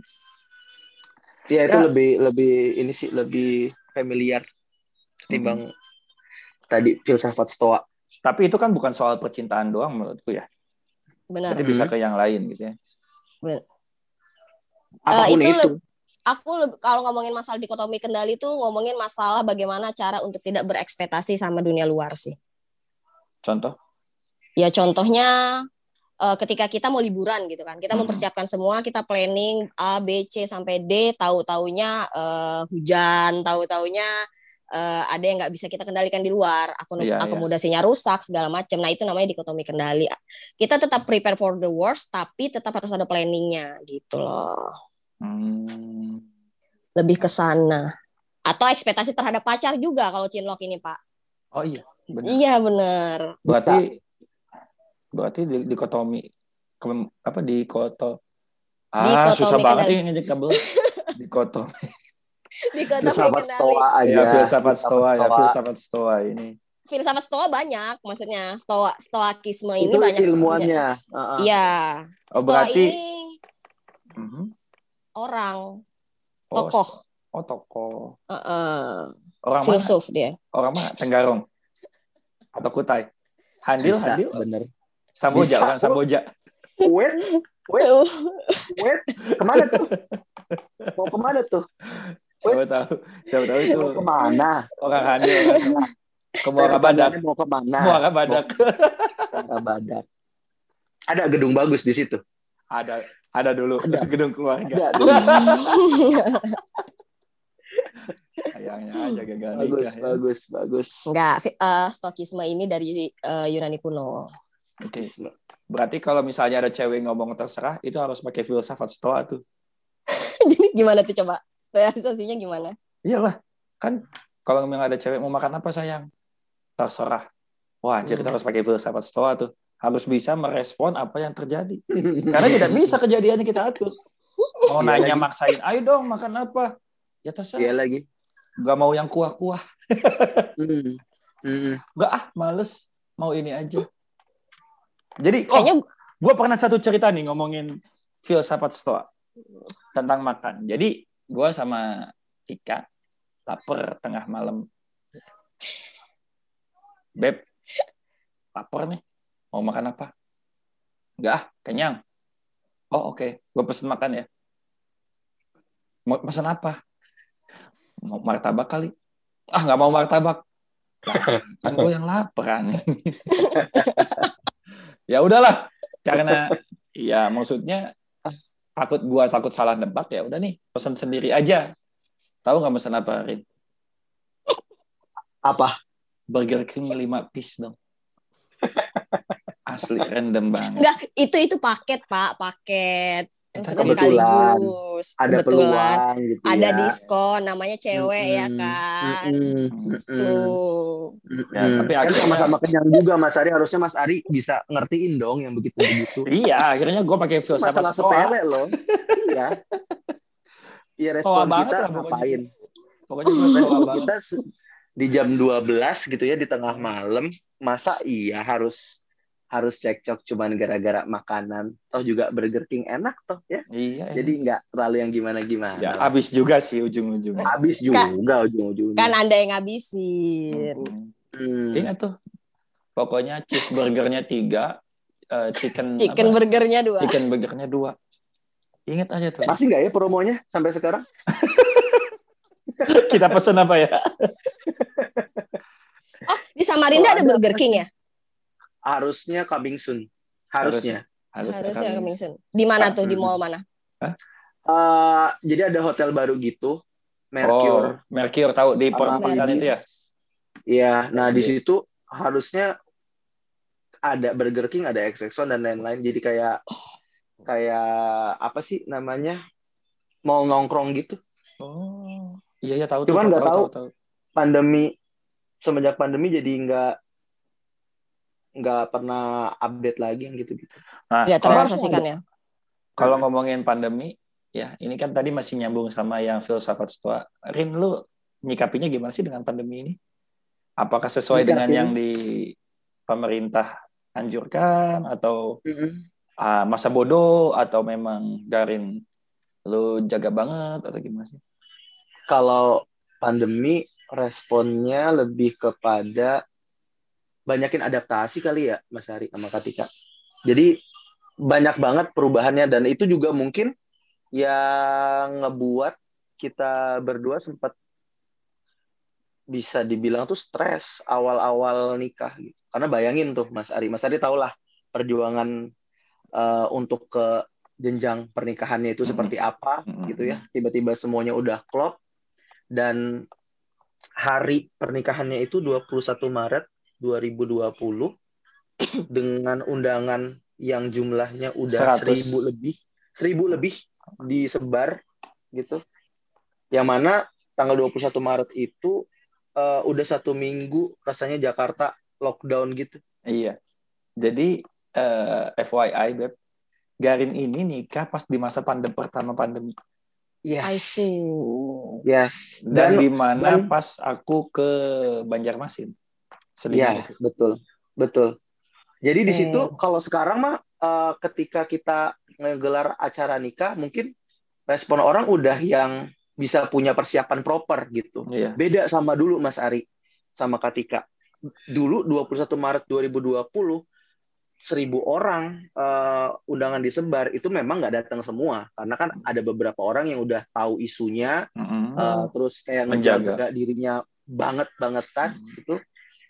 Ya itu Ya. lebih lebih ini sih lebih familiar ketimbang tadi filsafat stoa. Tapi itu kan bukan soal percintaan doang menurutku ya. Benar. Berarti bisa ke yang lain gitu ya. Benar. Apapun Uh, itu, itu. le- aku le- kalau ngomongin masalah dikotomi kendali tuh ngomongin masalah bagaimana cara untuk tidak berekspektasi sama dunia luar sih. Contoh? Ya contohnya uh, ketika kita mau liburan gitu kan, kita Hmm. mempersiapkan semua, kita planning A, B, C sampai D, tahu-taunya uh, hujan, tahu-taunya uh, ada yang nggak bisa kita kendalikan di luar, akom- Iya, iya. akomodasinya rusak segala macam. Nah itu namanya dikotomi kendali. Kita tetap prepare for the worst, tapi tetap harus ada planningnya gitu loh. Hmm. Lebih ke sana. Atau ekspektasi terhadap pacar juga kalau Chinlock ini Pak. Oh iya, benar. Iya benar. Berarti berarti di, dikotomi ke- apa dikoto ah Dikotomi susah banget kendali. ini ngejek kabel dikotomi Dikotomi Filsafat kendali. stoa aja. ya filsafat stoa ya stoa. filsafat stoa ini Filsafat stoa banyak, maksudnya stoa stoakisme ini Itu banyak sebetulnya. ilmuannya. Uh-uh. Iya. Oh, Stoa berarti- ini Mhm. orang, oh, tokoh, oh tokoh uh-uh. orang mana filsuf dia. orang mana Tenggarong atau Kutai Handil Bisa, Handil bener. Samboja Bisa. orang Samboja Wait, wait, wait. Kemana tuh? Mau kemana tuh? siapa tahu siapa tahu itu Mau kemana? orang Handil orang ke Muara Saya Badak pertanyaannya mau kemana? Muara Badak Muara Badak. Ada gedung bagus di situ. ada ada dulu Ada. gedung keluarga Ada dulu. sayangnya aja gagal Bagus, nikah ya. bagus, bagus. Enggak, fi- uh, stokisme ini dari uh, Yunani kuno. Oke. Berarti kalau misalnya ada cewek ngomong terserah, itu harus pakai filsafat stoa tuh. Jadi gimana tuh coba? Realisasinya gimana? Iyalah, kan kalau memang ada cewek mau makan apa sayang? Terserah. Wah, anjir kita harus pakai filsafat stoa tuh. Harus bisa merespon apa yang terjadi. Karena tidak bisa kejadiannya kita atur. Mau Iya nanya lagi. maksain, ayo dong makan apa? Ya Iya terserah. lagi. Gak mau yang kuah-kuah. Hmm. Hmm. Gak ah, males. Mau ini aja. Jadi, oh, Kayaknya gue pernah satu cerita nih ngomongin filsafat stoa tentang makan. Jadi gue sama Tika lapar tengah malam. Beb, lapar nih. Mau makan apa? Enggak ah, kenyang. Oh oke, okay. Gue pesen makan ya. Mau pesen apa? Mau martabak kali. Ah nggak mau martabak. Kan gue yang lapar nih. Ya udahlah. Karena ya maksudnya takut gua takut salah nebak ya udah nih pesan sendiri aja. Tahu nggak pesan apa Rin? Apa? Burger King lima piece dong. Asli random banget. enggak, itu itu paket, Pak, paket. Maksudnya Kebetulan. sekaligus. Ada Kebetulan. peluang gitu Ada ya. diskon, namanya cewek ya Mm-mm. kan. Mm-mm. Tuh. Ya, Mm-mm. tapi Kan akhirnya- sama-sama kenyang juga Mas Ari. Harusnya Mas Ari bisa ngertiin dong yang begitu-begitu. Iya, akhirnya gua pakai filsafat Masalah stoa. sepele loh. Iya. Iya, Stoa respon banget kita lah pokoknya. ngapain? Pokoknya gua stoa Respon banget. kita se- di jam dua belas gitu ya, di tengah malam, masa iya harus harus cekcok cuman gara-gara makanan. Toh juga Burger King enak toh ya. Iya. Jadi nggak terlalu yang gimana-gimana. ya lah. habis juga sih ujung-ujungnya. Habis juga ujung-ujungnya. Kan Anda yang ngabisin. Hmm. Hmm. Ingat tuh. Pokoknya cheeseburgernya tiga, eh, chicken Chicken apa? burgernya dua. Chicken burgernya dua. Ingat aja tuh. Masih nggak ya promonya sampai sekarang? Kita pesen apa ya? Oh, di Samarinda Oh, ada ada Burger apa King sih? ya? Harusnya coming soon. Harusnya. Harusnya, Harusnya kami- coming soon. Di mana tuh? Di Hmm. mall mana? Eh, jadi ada hotel baru gitu, Mercure. Oh, Mercure tahu di sama perempatan Mercure. itu ya? Iya, nah di Iya. situ harusnya ada Burger King, ada X X one dan lain-lain. Jadi kayak kayak apa sih namanya? Mau nongkrong gitu. Oh, iya ya tahu Cuman tuh. nggak tahu. tahu. Pandemi semenjak pandemi jadi nggak nggak pernah update lagi yang gitu-gitu. Nah, Tidak kalau, terrealisasikan ya? kalau ngomongin pandemi, ya ini kan tadi masih nyambung sama yang filsafat stoa. Rin, lu nyikapinya gimana sih dengan pandemi ini? Apakah sesuai dengan Nyikapin. yang di pemerintah anjurkan atau Mm-mm. ah, masa bodoh atau memang Garin lu jaga banget atau gimana sih? Kalau pandemi responnya lebih kepada banyakin adaptasi kali ya Mas Ari sama Katika. Jadi banyak banget perubahannya dan itu juga mungkin yang ngebuat kita berdua sempat bisa dibilang tuh stres awal-awal nikah gitu. Karena bayangin tuh Mas Ari, Mas Ari tahulah perjuangan uh, untuk ke jenjang pernikahannya itu seperti apa gitu ya. Tiba-tiba semuanya udah klop dan hari pernikahannya itu dua puluh satu Maret dua ribu dua puluh dengan undangan yang jumlahnya udah seratus seribu lebih, seribu lebih disebar gitu. Yang mana tanggal dua puluh satu Maret itu uh, udah satu minggu rasanya Jakarta lockdown gitu. Iya. Jadi uh, F Y I Beb, Garin ini nikah pas di masa pandemi pertama pandemi. Yes. I see. Yes. Dan, Dan di mana dan, pas aku ke Banjarmasin. Iya, itu. betul. Betul. Jadi di Eh. situ kalau sekarang mah uh, ketika kita ngegelar acara nikah mungkin respon orang udah yang bisa punya persiapan proper gitu. Iya. Beda sama dulu Mas Ari sama Katika. Dulu dua puluh satu Maret dua ribu dua puluh seribu orang uh, undangan disebar itu memang nggak datang semua karena kan ada beberapa orang yang udah tahu isunya, mm-hmm. uh, terus kayak menjaga ngejaga dirinya banget bangetan mm-hmm. gitu.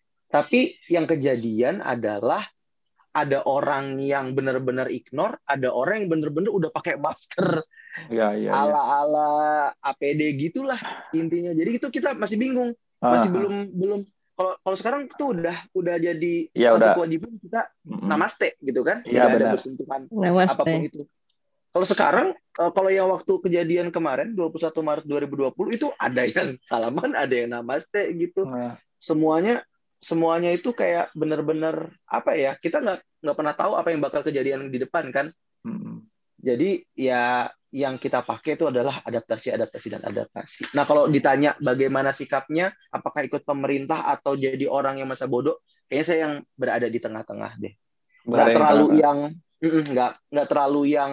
Tapi yang kejadian adalah ada orang yang benar-benar ignore, ada orang yang benar-benar udah pakai masker ya, ya, ala-ala A P D gitulah intinya. Jadi itu kita masih bingung, masih Aha. belum belum. Kalau kalau sekarang tuh udah udah jadi ya, satu udah. kewajiban kita mm-hmm. namaste gitu kan, ya, tidak benar. ada bersentuhan namaste. apapun itu. Kalau sekarang kalau yang waktu kejadian kemarin dua puluh satu Maret dua ribu dua puluh itu ada yang salaman, ada yang namaste gitu. Nah. Semuanya semuanya itu kayak benar-benar apa ya, kita nggak nggak pernah tahu apa yang bakal kejadian di depan kan. Hmm. Jadi ya yang kita pakai itu adalah adaptasi, adaptasi dan adaptasi. Nah kalau ditanya bagaimana sikapnya, apakah ikut pemerintah atau jadi orang yang masa bodoh, kayaknya saya yang berada di tengah-tengah deh. Nggak terlalu yang nggak nggak terlalu yang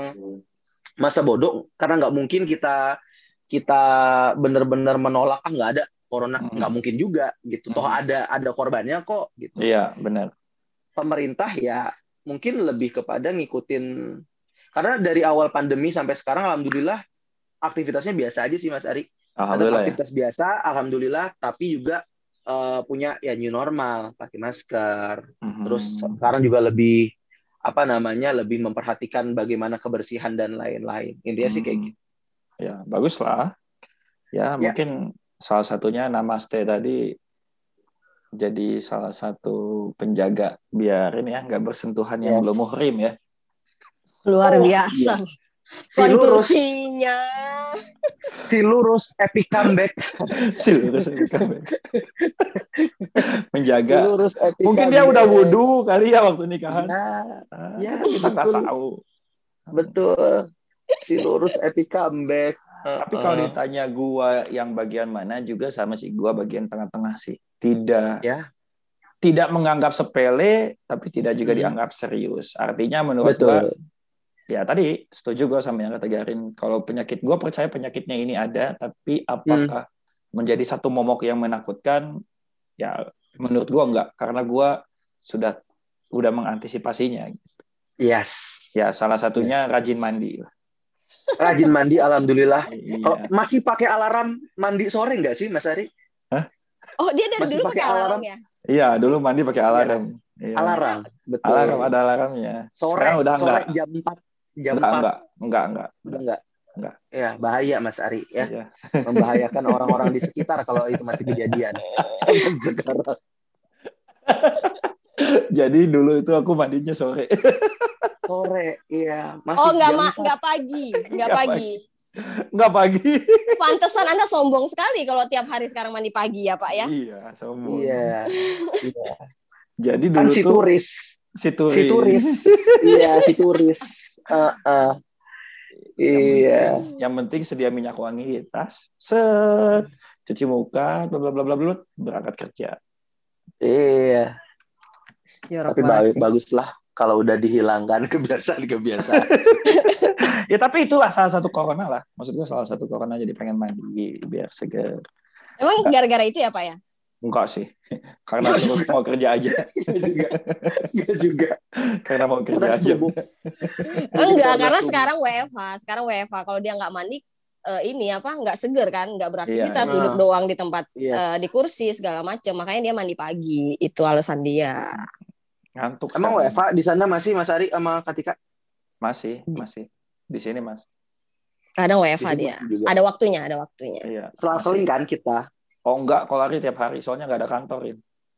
masa bodoh karena nggak mungkin kita kita benar-benar menolak ah nggak ada corona, nggak mm-hmm. mungkin juga gitu. Toh mm-hmm. ada ada korbannya kok gitu. Iya, benar. Pemerintah ya mungkin lebih kepada ngikutin, karena dari awal pandemi sampai sekarang alhamdulillah aktivitasnya biasa aja sih Mas Ari. Tetap aktivitas ya? biasa alhamdulillah, tapi juga uh, punya ya new normal, pakai masker. Mm-hmm. Terus sekarang juga lebih apa namanya lebih memperhatikan bagaimana kebersihan dan lain-lain. Intinya mm-hmm. sih kayak gitu. Ya, bagus lah. Ya, ya. Mungkin salah satunya namaste tadi jadi salah satu penjaga biar ini ya nggak bersentuhan yang yes. belum muhrim ya. Luar biasa. Oh, iya. Konklusinya. Si lurus epic comeback. Si lurus epic comeback. Menjaga. Si lurus epic Mungkin comeback. Dia udah wudhu kali ya waktu nikahan. Ya, ah, ya kita nggak tahu. Betul. Si lurus epic comeback. Uh, Tapi kalau ditanya gua yang bagian mana juga sama sih, gua bagian tengah-tengah sih. Tidak ya. Tidak menganggap sepele tapi tidak juga hmm. dianggap serius. Artinya menurut Betul. gua ya tadi setuju gua sama yang kata Garin, kalau penyakit gua percaya penyakitnya ini ada, tapi apakah hmm. menjadi satu momok yang menakutkan? Ya menurut gua enggak, karena gua sudah udah mengantisipasinya. Yes. Ya salah satunya yes. rajin mandi. Rajin mandi, alhamdulillah. Iya. Kalau masih pakai alarm mandi sore nggak sih, Mas Ari? Hah? Oh, dia dari masih dulu pakai alarm, alarm ya? Iya, dulu mandi pakai alarm. Iya. Alarm, betul. Alarm, ada alarmnya. Sore, Sekarang udah sore enggak. jam empat. Jam enggak, empat. Enggak, enggak, enggak. Udah enggak? Enggak. Ya, bahaya Mas Ari ya. Iya. Membahayakan orang-orang di sekitar kalau itu masih kejadian. Jadi dulu itu aku mandinya sore. Sore, iya. Masih oh, nggak ma- nggak pagi, nggak pagi. Nggak pagi. Pantesan Anda sombong sekali kalau tiap hari sekarang mandi pagi ya Pak ya. Iya, sombong. Iya. iya. Jadi dulu kan si tuh turis. Si turis. Si turis. Iya, si turis. Uh, uh. Iya. Yang, yang penting sedia minyak wangi di tas, set, cuci muka, bla bla bla bla bla, berangkat kerja. Iya. Jorok tapi bagus, bagus lah kalau udah dihilangkan kebiasaan-kebiasaan. Ya tapi itulah salah satu corona lah. Maksud gue salah satu corona jadi pengen mandi biar seger. Emang gara-gara itu ya Pak ya? Enggak sih. Karena suruh mau kerja aja. Enggak juga. Enggak juga. Karena mau kerja Karena aja. subuh. Enggak, karena subuh. sekarang W F H. Sekarang W F H. Kalau dia nggak mandi, eh, ini apa? Nggak seger kan? Nggak beraktivitas, Iya, duduk iya. doang di tempat, Iya. eh, di kursi segala macam. Makanya dia mandi pagi. Itu alasan dia. Ngantuk Emang sekarang. W F H di sana masih Mas Ari sama Katika? Masih, masih. Di sini, Mas. Kadang W F Di H sini dia. juga. Ada waktunya, ada waktunya. Iya. Selang-seling masih. kan kita? Oh enggak, kalau hari tiap hari. Soalnya nggak ada kantorin.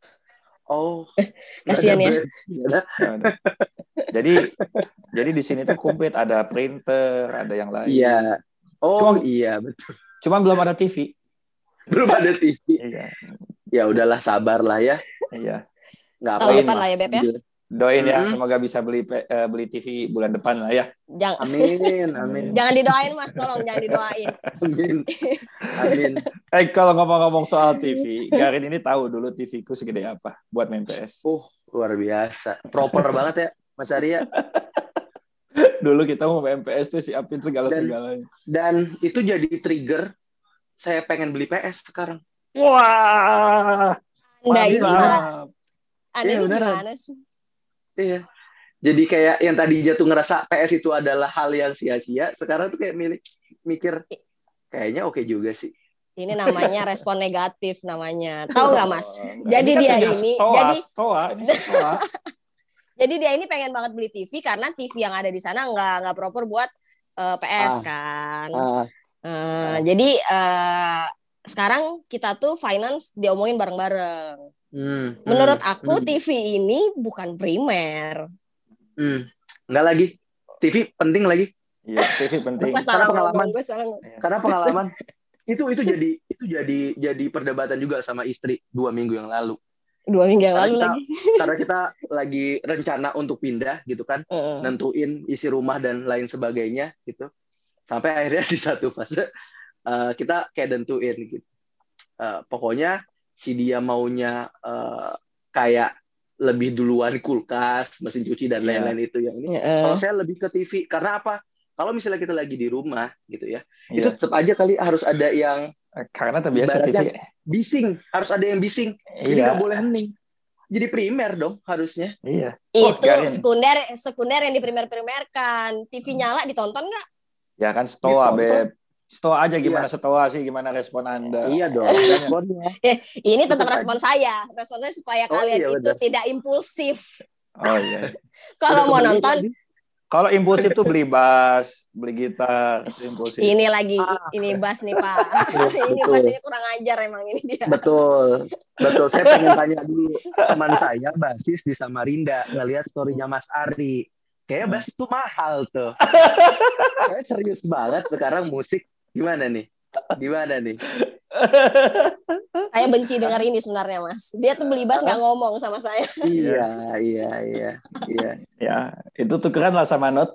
Oh. Kasian ya. Nggak ada. Nggak ada. Jadi, jadi di sini tuh komplit. Ada printer, ada yang lain. Iya. Oh Cuma, iya betul. Cuman belum ada T V. Belum ada T V. Iya. Ya udahlah, sabar lah ya. Iya. Nggak Tahun apa-apa. depan lah ya, Beb ya. Doain ya, Mm-mm. semoga bisa beli uh, beli T V bulan depan lah ya. Jangan, Amin, amin, jangan didoain Mas, tolong jangan didoain. amin, amin. Eh kalau ngomong-ngomong soal T V, Garin ini tahu dulu T V ku segede apa buat main P S. Oh, luar biasa. Proper banget ya, Mas Arya. Dulu kita mau main P S tuh siapin segala-segalanya. Dan itu jadi trigger saya pengen beli P S sekarang. Wah. Anda ini mantap. malah, Anda Iya, ini beneran. gimana sih? Iya. Jadi kayak yang tadi jatuh ngerasa P S itu adalah hal yang sia-sia, sekarang tuh kayak milik mikir kayaknya oke juga sih. Ini namanya respon negatif namanya. Tahu nggak Mas? Oh, Jadi kan dia punya ini, stoa, jadi stoa, ini stoa. jadi dia ini pengen banget beli T V karena T V yang ada di sana nggak nggak proper buat uh, P S Ah. kan. Ah, Uh, Ah. Jadi uh, sekarang kita tuh finance diomongin bareng-bareng. hmm, Menurut hmm, aku hmm, T V ini bukan primer. hmm. Nggak lagi. T V penting lagi. Iya, T V penting. Gue salah pengalaman. ngomong, gue salah ngomong. Karena pengalaman itu itu jadi itu jadi jadi perdebatan juga sama istri dua minggu yang lalu. Dua minggu yang Karena lalu kita, lagi. karena kita lagi rencana untuk pindah gitu kan, Uh, nentuin isi rumah dan lain sebagainya gitu. Sampai akhirnya di satu fase uh, kita kayak nentuin gitu. Uh, pokoknya si dia maunya uh, kayak lebih duluan kulkas, mesin cuci dan Iya. lain-lain itu yang ini. uh, Kalau saya lebih ke T V karena apa? Kalau misalnya kita lagi di rumah gitu ya, itu Iya. tetap aja kali harus ada yang Karena terbiasa T V. ibaratnya bising, harus ada yang bising. Jadi Iya. nggak boleh hening. Jadi primer dong harusnya. Iya. Oh, itu Garin. sekunder sekunder yang diprimer-primerkan. T V nyala ditonton nggak? Ya kan stoa, Ditonton. Beb. Stoa aja gimana Iya. stoa sih, gimana respon Anda? Iya dong, responnya. Ini tetap Tetap respon saya. Respon saya supaya Oh, kalian iya, itu benar. tidak impulsif. Oh iya. Kalau Udah mau kebeli nonton, lagi. Kalau impulsif tuh beli bass, beli gitar, itu impulsif. ini lagi Ah. ini bass nih Pak. Ini Betul. bassnya kurang ajar emang ini dia. Betul, betul. Saya pengen tanya dulu teman saya basis di Samarinda ngelihat story-nya Mas Ari. Kayaknya bass itu mahal tuh. Kayak serius banget sekarang musik. Gimana nih? Gimana nih? Saya benci dengar ini sebenarnya Mas. Dia tuh beli bass nggak ngomong sama saya. Iya, iya, iya, iya. Ya, itu tukeran lah sama not.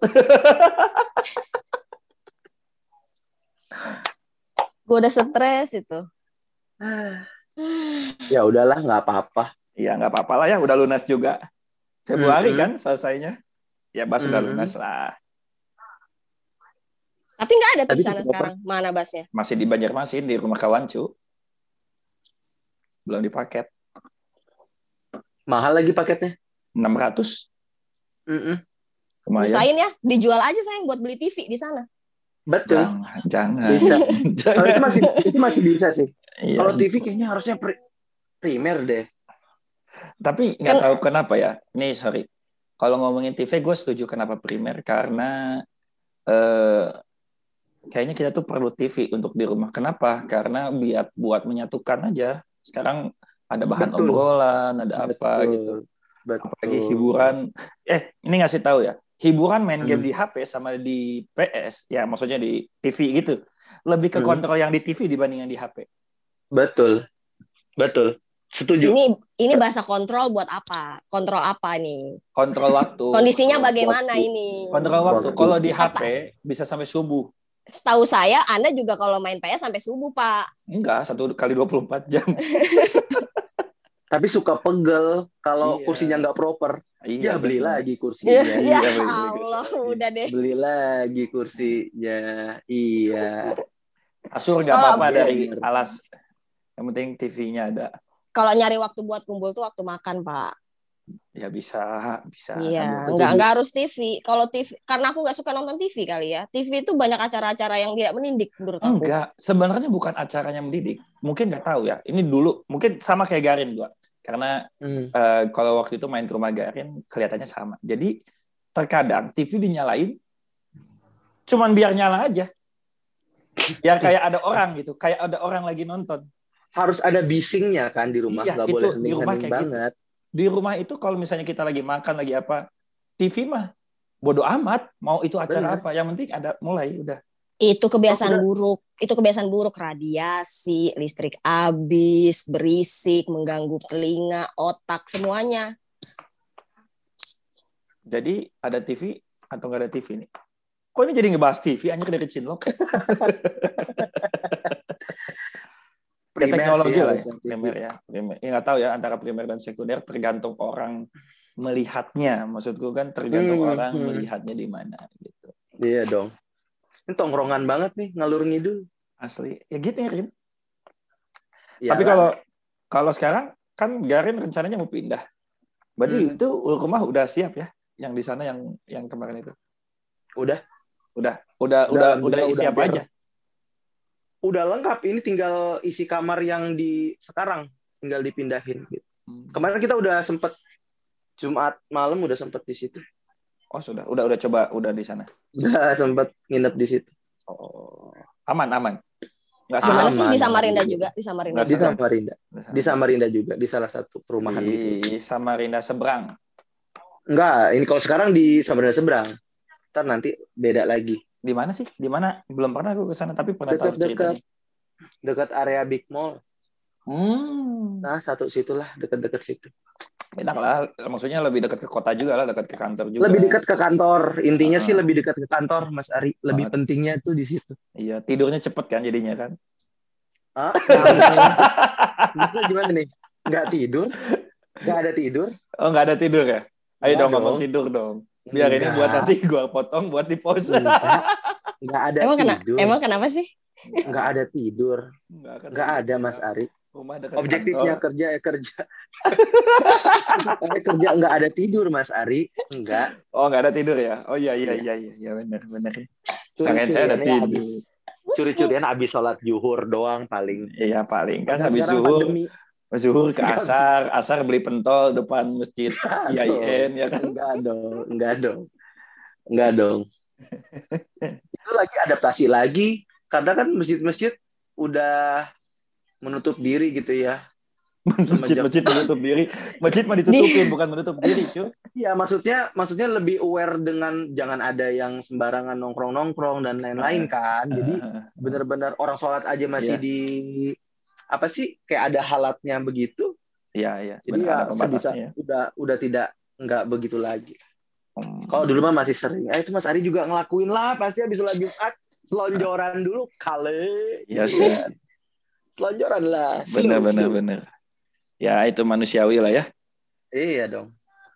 Gue udah stres itu. Ya udahlah, nggak apa-apa. Iya, nggak apa-apa lah ya, udah lunas juga. Februari Mm-mm. kan selesainya. Ya, bass udah Mm-mm. lunas lah. Tapi nggak ada tuh Tapi di sana tetap apa? sekarang. Mana bassnya? Masih di Banjarmasin, di rumah kawan, cu. Belum dipaket. Mahal lagi paketnya. enam ratus. Mm-mm. Lumayan. Usahain ya, dijual aja sayang buat beli T V di sana. Betul. Jangan, jangan. Bisa. Kalau itu Jangan. masih itu masih bisa sih. Iya. Kalau T V kayaknya harusnya pri- primer deh. Tapi nggak Kan- tahu kenapa ya. Nih, sorry. Kalau ngomongin T V, gue setuju kenapa primer. Karena eh, kayaknya kita tuh perlu T V untuk di rumah. Kenapa? Karena biar buat menyatukan aja. Sekarang ada bahan Betul. obrolan, ada apa Betul. gitu. Betul. Apalagi hiburan. Eh, ini ngasih tahu ya. Hiburan main game Hmm. di H P sama di P S, ya maksudnya di T V gitu. Lebih ke Hmm. kontrol yang di T V dibanding yang di H P. Betul. Betul. Setuju. Ini ini bahasa kontrol buat apa? Kontrol apa nih? Kontrol waktu. Kondisinya kontrol bagaimana waktu. ini? Kontrol waktu. Waktu. Kalau di Bisa, H P bisa sampai subuh. Setahu saya Anda juga kalau main P S sampai subuh, Pak. Enggak, satu kali dua puluh empat jam. Tapi suka pegel kalau Iya. kursinya nggak proper. Ya beli benar. lagi kursinya. Ya Iya, beli- beli Allah, kursi. udah deh. Beli lagi kursinya. Iya. Kasur nggak Oh, apa-apa benar. dari alas. Yang penting T V-nya ada. kalau nyari waktu buat kumpul tuh waktu makan, Pak. Ya bisa, bisa. Iya, Sambil- nggak nggak harus T V. Kalau T V, karena aku nggak suka nonton T V kali ya. T V itu banyak acara-acara yang tidak mendidik menurut aku. Enggak, sebenarnya bukan acaranya mendidik. Mungkin nggak tahu ya. Ini dulu, mungkin sama kayak Garin gua. Karena Hmm. eh, kalau waktu itu main ke rumah Garin, kelihatannya sama. Jadi terkadang T V dinyalain, cuman biar nyala aja. Ya kayak ada orang gitu, kayak ada orang lagi nonton. Harus ada bisingnya kan di rumah, Iya, nggak itu boleh di rumah hening-hening kayak gitu. banget. Di rumah itu kalau misalnya kita lagi makan, lagi apa, T V mah bodo amat, mau itu acara Bener. apa. Yang penting ada mulai, udah. Itu kebiasaan Oh, udah. buruk. Itu kebiasaan buruk, radiasi, listrik habis, berisik, mengganggu telinga, otak, semuanya. Jadi ada T V atau nggak ada T V nih? Kok ini jadi ngebahas T V anjir dari Cinlok? Ya, Primer teknologi sih lah ya, harusnya T V. primer ya. Primer. Ya nggak tahu ya antara primer dan sekunder tergantung orang melihatnya. Maksudku kan tergantung Hmm, orang hmm. melihatnya di mana gitu. Iya dong. Ini tongkrongan banget nih, ngalur ngidul. Asli. Ya gitu ya, Rin. Iyalah. Tapi kalau kalau sekarang kan Garin rencananya mau pindah. Berarti Hmm. itu rumah udah siap ya? Yang di sana yang yang kemarin itu. Udah, Udah, udah, Udah, udah, udah, alhamdulillah, udah siap hampir. aja. udah lengkap. Ini tinggal isi kamar yang di sekarang, tinggal dipindahin. Gitu. Hmm. Kemarin kita udah sempet Jumat malam udah sempet di situ. Oh sudah, udah, udah coba, udah di sana. Udah sempet nginep di situ. Oh, aman, aman. Nggak Di mana salah. sih? Di Samarinda Aman. juga, di Samarinda. Nggak Di salah. Samarinda. Di Samarinda juga, di salah satu perumahan gitu. Di Samarinda seberang. Enggak, ini kalau sekarang di Samarinda seberang. Ntar nanti beda lagi. Di mana sih? Di mana? Belum pernah aku ke sana, tapi pernah tahu Dekat-dekat ceritanya. dekat area Big Mall. Hmm. Nah, satu situlah, dekat-dekat situ. Enak lah, maksudnya lebih dekat ke kota juga lah, dekat ke kantor juga. Lebih dekat ke kantor. Intinya Uh-uh. sih lebih dekat ke kantor, Mas Ari. Lebih Uh, pentingnya tuh di situ. Iya, tidurnya cepet kan jadinya kan. Ah, maksudnya gimana nih? Nggak tidur? Nggak ada tidur? Oh, nggak ada tidur ya? Ayo Nggak dong ngomong dong. tidur dong. Biar ini Nggak. buat nanti gua potong buat di pause. Nggak. Nggak ada Emang kena, tidur. emang kenapa sih? Nggak ada tidur. Nggak, kan Nggak ada, tidur. Mas Ari. Rumah dekat Objektifnya kantor. kerja ya kerja. Tapi kerja nggak ada tidur, Mas Ari. Nggak. Oh, nggak ada tidur ya? Oh iya iya Iya. iya iya, iya benar benar. Sangkain saya ada Curi-curiannya tidur. habis. Curi-curian habis sholat zuhur doang paling. Iya paling kan Padahal habis sekarang zuhur, pandemi. zuhur ke asar, asar beli pentol depan masjid I A I N ya kan. Enggak dong, enggak dong. Enggak dong. Itu lagi adaptasi lagi karena kan masjid-masjid udah menutup diri gitu ya. Masjid-masjid menutup diri. Masjid mah ditutupin bukan menutup diri, cuy. Iya, maksudnya maksudnya lebih aware dengan jangan ada yang sembarangan nongkrong-nongkrong dan lain-lain kan. Jadi benar-benar orang sholat aja masih Iya. di apa sih kayak ada halatnya begitu. Iya iya. Jadi Benar, ya ada sebisa pembatasnya. udah udah tidak nggak begitu lagi. Hmm. Kalau dulu mah masih sering. Eh, itu Mas Ari juga ngelakuin lah pasti habis sholat Jumat selonjoran dulu kali. Iya sih. Selonjoran lah. Benar Slow, benar slow. benar. Ya itu manusiawi lah ya. Iya dong.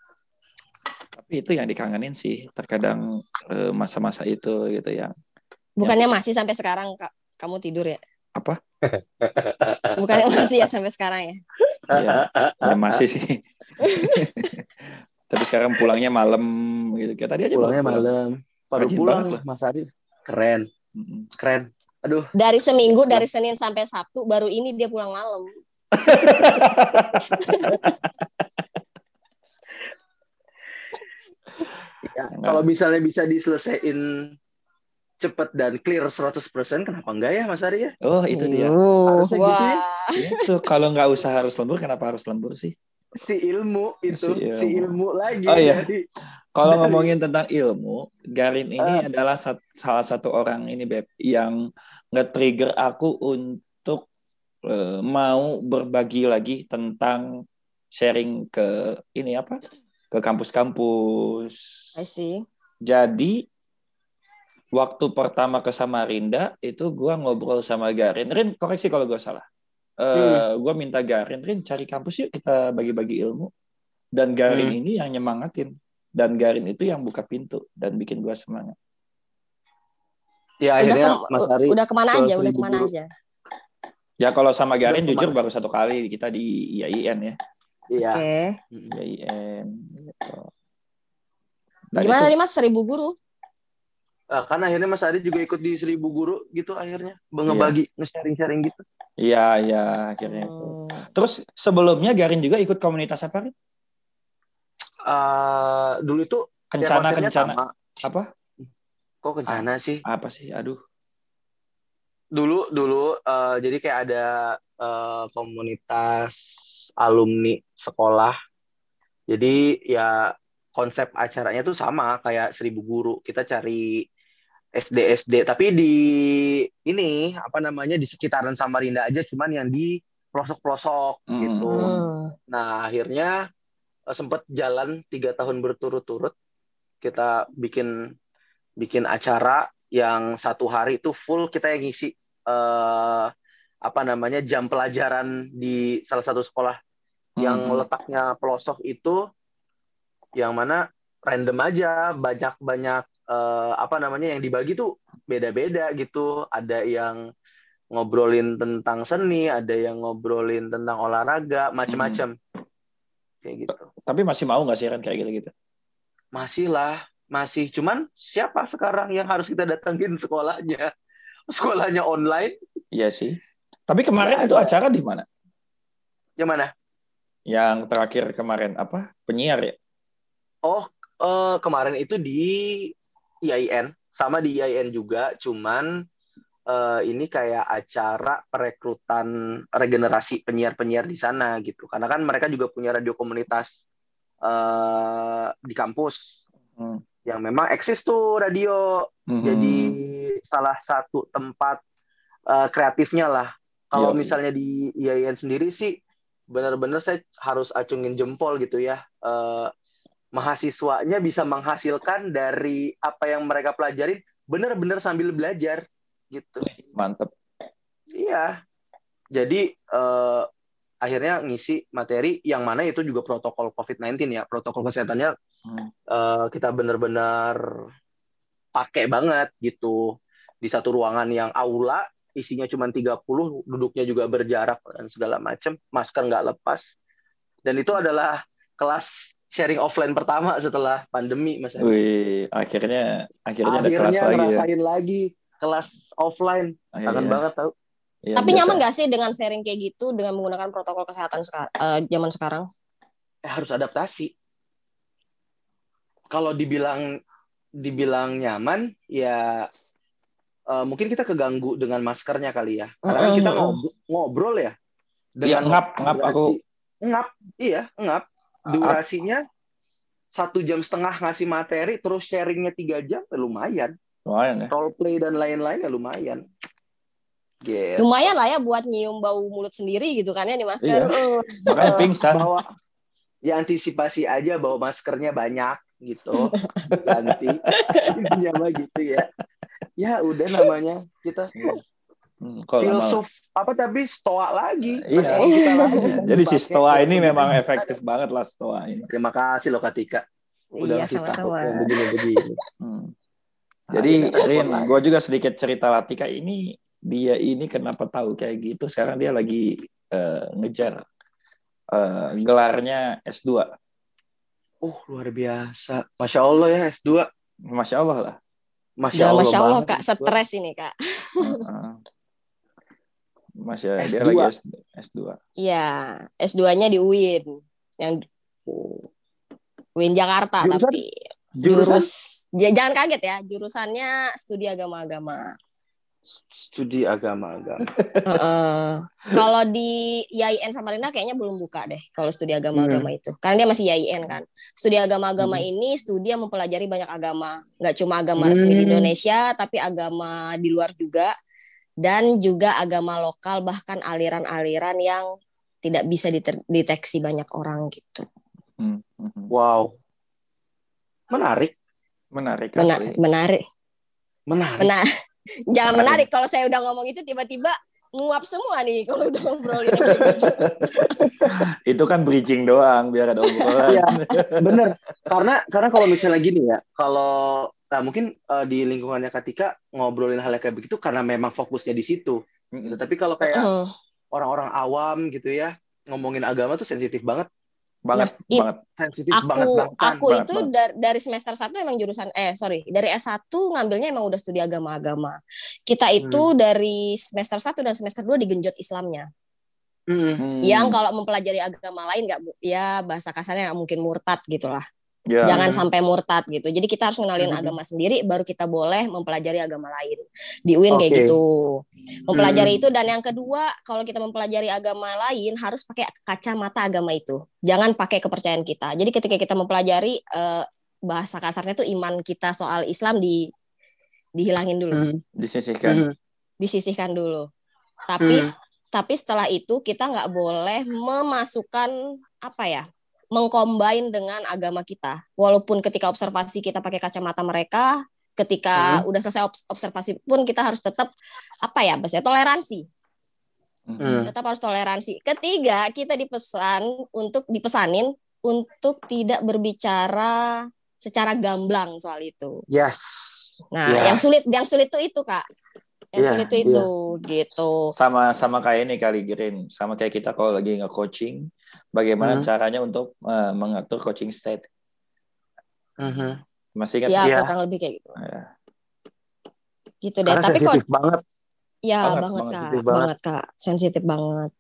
Tapi itu yang dikangenin sih terkadang eh, masa-masa itu gitu yang. Bukannya masih sampai sekarang Kak, kamu tidur ya? Apa? Bukannya masih ya sampai sekarang ya? Iya, ya masih sih. Tapi sekarang pulangnya malam gitu. Kayak tadi aja Pulangnya baru pulang. malam. Baru Rajin pulang banget loh. Mas Ari. Keren. Mm-mm. Keren. Aduh. Dari seminggu, dari Senin sampai Sabtu, baru ini dia pulang malam. Ya, kalau misalnya bisa diselesaikan cepat dan clear seratus persen kenapa enggak ya Mas Ari ya? Oh itu dia. Uh, Harusnya gitu ya. wah. Itu kalau nggak usah harus lembur, kenapa harus lembur sih? Si ilmu itu, Si si ilmu. ilmu, lagi. Oh, iya. Jadi, Kalau Dari- ngomongin tentang ilmu, Garin ini Ah. adalah sat- salah satu orang ini Beb yang nge-trigger aku untuk eh, mau berbagi lagi tentang sharing ke ini apa? Ke kampus-kampus. I see. Jadi waktu pertama ke Samarinda itu gua ngobrol sama Garin. Rin, koreksi kalau gua salah. Eh, gua minta Garin, Rin cari kampus yuk kita bagi-bagi ilmu. Dan Garin Hmm. ini yang nyemangatin. Dan Garin itu yang buka pintu dan bikin gua semangat. ya Udah, akhirnya ke- Mas Ari udah kemana ke aja? Udah Seribu kemana Guru. aja? Ya kalau sama Garin Udah jujur kemana? baru satu kali kita di I A I N ya. Iya. Oke. I A I N gitu. Dan Gimana itu tadi Mas seribu guru? Ah, kan akhirnya Mas Adi juga ikut di Seribu Guru gitu akhirnya. Ngebagi, nge-sharing-sharing gitu. iya iya akhirnya itu. Hmm. Terus sebelumnya Garin juga ikut komunitas apa? Rin? Uh, dulu itu ya Kencana konsepnya kencana sama. apa? Kok kencana Ah, sih? apa sih? Aduh. Dulu dulu uh, jadi kayak ada uh, komunitas alumni sekolah. Jadi ya konsep acaranya tuh sama kayak Seribu Guru. Kita cari S D S D tapi di ini apa namanya di sekitaran Samarinda aja, cuman yang di pelosok-pelosok gitu. Hmm. Nah akhirnya eh, sempat jalan tiga tahun berturut-turut kita bikin bikin acara yang satu hari itu full kita yang ngisi eh, apa namanya jam pelajaran di salah satu sekolah yang Hmm. letaknya pelosok itu, yang mana random aja, banyak-banyak eh, apa namanya yang dibagi tuh beda-beda gitu. Ada yang ngobrolin tentang seni, ada yang ngobrolin tentang olahraga, macam-macam kayak gitu. Tapi masih mau nggak sih Ren kayak gitu-gitu? Masih lah, masih. Cuman siapa sekarang yang harus kita datengin sekolahnya? Sekolahnya online? Iya sih. Tapi kemarin Nggak itu ada. acara di mana? Yang mana? Yang terakhir kemarin apa? Penyiar ya? Oh, eh, kemarin itu di I A I N, sama di I A I N juga, cuman eh, ini kayak acara perekrutan regenerasi penyiar-penyiar di sana gitu. Karena kan mereka juga punya radio komunitas eh, di kampus Hmm. yang memang eksis tuh radio. Hmm. Jadi salah satu tempat eh, kreatifnya lah. Kalau Yo. misalnya di I A I N sendiri sih benar-benar saya harus acungin jempol gitu ya. Eh, mahasiswanya bisa menghasilkan dari apa yang mereka pelajarin benar-benar sambil belajar gitu. Mantep. Iya. Jadi eh, akhirnya ngisi materi yang mana itu juga protokol covid sembilan belas ya. Protokol kesehatannya Hmm. eh, kita benar-benar pakai banget gitu. Di satu ruangan yang aula, isinya cuma tiga puluh, duduknya juga berjarak dan segala macam, masker nggak lepas. Dan itu adalah kelas sharing offline pertama setelah pandemi, Mas Adi. Wih, akhirnya akhirnya ada kelas Akhirnya lagi ya. ngerasain lagi kelas offline. Kangen Akhirnya. banget tau. Ya, Tapi biasa. nyaman gak sih dengan sharing kayak gitu dengan menggunakan protokol kesehatan sekarang, uh, zaman sekarang? Eh, harus adaptasi. Kalau dibilang dibilang nyaman, ya uh, mungkin kita keganggu dengan maskernya kali ya. Karena kan kita ngobrol, ngobrol ya. Iya, Dengan ngap, ngap durasi, aku. Ngap, iya, ngap. Durasinya satu jam setengah ngasih materi, terus sharingnya tiga jam, ya lumayan. Lumayan ya. Role play dan lain-lain ya lumayan. Gitu. Lumayan lah ya buat nyium bau mulut sendiri gitu kan ya di masker. Iya. Makanya pingsan. Bawa, ya antisipasi aja bawa maskernya banyak gitu. Ganti. Intinya mah gitu ya. Ya udah namanya kita Hmm, filsuf apa tapi stoa lagi. Iya. Kita lagi, kan jadi si dipakai. stoa ini memang efektif banget lah stoa ini. Terima kasih loh Katika. Udah Iya, ngasih tahu sama-sama. yang begini-begini. Hmm. Jadi Rin, gue juga sedikit cerita Latika ini, dia ini kenapa tahu kayak gitu. Sekarang dia lagi uh, ngejar uh, gelarnya S dua. Oh luar biasa. Masya Allah ya S dua. Masya Allah lah. Masya Jangan Allah, Masya Allah banget. Kak, stres ini Kak. Uh-uh. Masya S dua. dia lagi S dua. Iya, S dua-nya di U I N. Yang U I N Jakarta. Jurusan? Tapi Jurusan? jurus j- jangan kaget ya, jurusannya studi agama-agama. Studi agama-agama. Uh-uh. Kalau di I A I N Samarinda kayaknya belum buka deh kalau studi agama-agama Hmm. itu. Karena dia masih I A I N kan. Studi agama-agama Hmm. ini studi yang mempelajari banyak agama. Nggak cuma agama Hmm. resmi di Indonesia, tapi agama di luar juga. Dan juga agama lokal, bahkan aliran-aliran yang tidak bisa dideteksi banyak orang gitu. Hmm. Wow. Menarik. Menarik. Mena- asli. menarik. Menarik. Benar. Jangan Menarik. menarik. Kalau saya udah ngomong itu tiba-tiba nguap semua nih kalau udah ngobrolin kayak gitu. Itu kan bridging doang biar ada obrolan. Iya, bener. Karena karena kalau misalnya gini ya, kalau nah mungkin uh, di lingkungannya Katika ngobrolin hal yang kayak begitu karena memang fokusnya di situ. Gitu. Tapi kalau kayak Uh-uh. orang-orang awam gitu ya, ngomongin agama tuh sensitif banget. Banget, Nah, banget. Sensitif aku banget banget. aku banget, itu banget. dari, dari semester satu emang jurusan eh sorry dari S satu ngambilnya emang udah studi agama-agama. Kita itu Hmm. dari semester satu dan semester dua digenjot Islamnya. Hmm. Hmm. Yang kalau mempelajari agama lain nggak ya bahasa kasarnya nggak mungkin murtad gitulah. Ya. Jangan Hmm. sampai murtad gitu. Jadi kita harus ngenalin Hmm. agama sendiri baru kita boleh mempelajari agama lain. Di U I N kayak Oke. gitu. Mempelajari Hmm. itu dan yang kedua kalau kita mempelajari agama lain harus pakai kacamata agama itu. Jangan pakai kepercayaan kita. Jadi ketika kita mempelajari eh, bahasa kasarnya tuh iman kita soal Islam di dihilangin dulu, Hmm. Disisihkan. Hmm. disisihkan dulu. Tapi Hmm. tapi setelah itu kita nggak boleh memasukkan apa ya? Mengcombine dengan agama kita. Walaupun ketika observasi kita pakai kacamata mereka, ketika Hmm. udah selesai observasi pun kita harus tetap apa ya, bahasa toleransi. Hmm. Tetap harus toleransi. Ketiga, kita dipesan untuk dipesanin untuk tidak berbicara secara gamblang soal itu. Yes. Nah, Yeah. yang sulit yang sulit tuh itu, Kak. Yang Yeah, sulit tuh itu gitu. Sama sama kayak ini kali Girin, sama kayak kita kalau lagi nge-coaching, bagaimana Hmm. caranya untuk uh, mengatur coaching state. Hmm. Masih ingat? Ya, Iya. kurang lebih kayak gitu. Ya. Gitu deh. Karena Tapi kok sensitif banget. ya Banget, banget, banget, Kak, sensitif banget. banget. Kak, sensitif banget.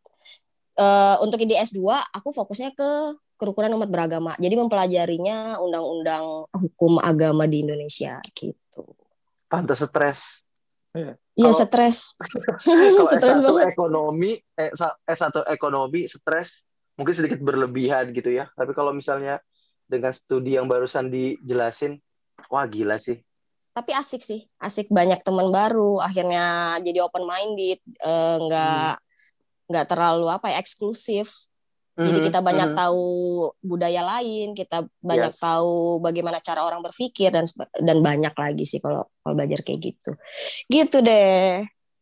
Eh, untuk di S dua aku fokusnya ke kerukunan umat beragama. Jadi mempelajarinya undang-undang hukum agama di Indonesia gitu. Pantes stres. Iya. Iya, Kalau- stres. Kalau Stres S satu banget. ekonomi, eh, S satu ekonomi stres mungkin sedikit berlebihan gitu ya. Tapi kalau misalnya dengan studi yang barusan dijelasin, wah gila sih. Tapi asik sih, asik banyak teman baru. Akhirnya jadi open minded, nggak Hmm. nggak terlalu apa ya eksklusif. Jadi Mhm, kita banyak mhm. tahu budaya lain, kita banyak Yes. tahu bagaimana cara orang berpikir dan seba- dan banyak lagi sih kalau kalau belajar kayak gitu. Gitu deh.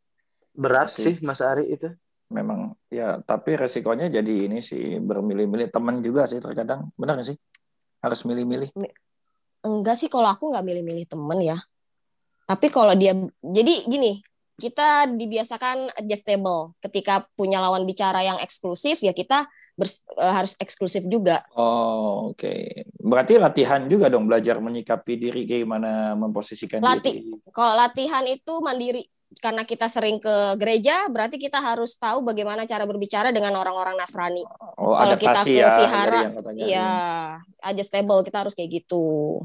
Berat Sih. sih Mas Ari itu. Memang ya, tapi resikonya jadi ini sih bermilih-milih teman juga sih terkadang. Benar nggak sih? Harus milih-milih. Enggak sih kalau aku nggak milih-milih temen ya. Tapi kalau dia jadi gini, kita dibiasakan adjustable. Ketika punya lawan bicara yang eksklusif ya kita bers- eh, harus eksklusif juga. Oh, oke. Berarti latihan juga dong belajar menyikapi diri, gimana memposisikan Lati- diri. Kalau latihan itu mandiri karena kita sering ke gereja, berarti kita harus tahu bagaimana cara berbicara dengan orang-orang Nasrani. Oh, Kalau kita adaptasi ke ya dari vihara, yang katanya. ya adjustable, kita harus kayak gitu.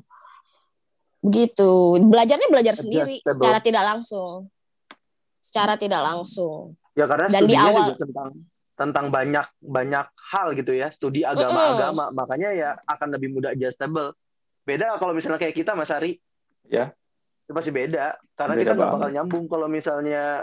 Begitu. Belajarnya belajar sendiri Adjustable. secara tidak langsung. Secara tidak langsung. Ya karena Dan di studinya awal juga tentang tentang banyak banyak hal gitu ya, studi agama-agama. Makanya ya akan lebih mudah adjustable. Beda kalau misalnya kayak kita Mas Ari. Ya. Itu pasti beda. Karena Beda kita nggak banget. bakal nyambung kalau misalnya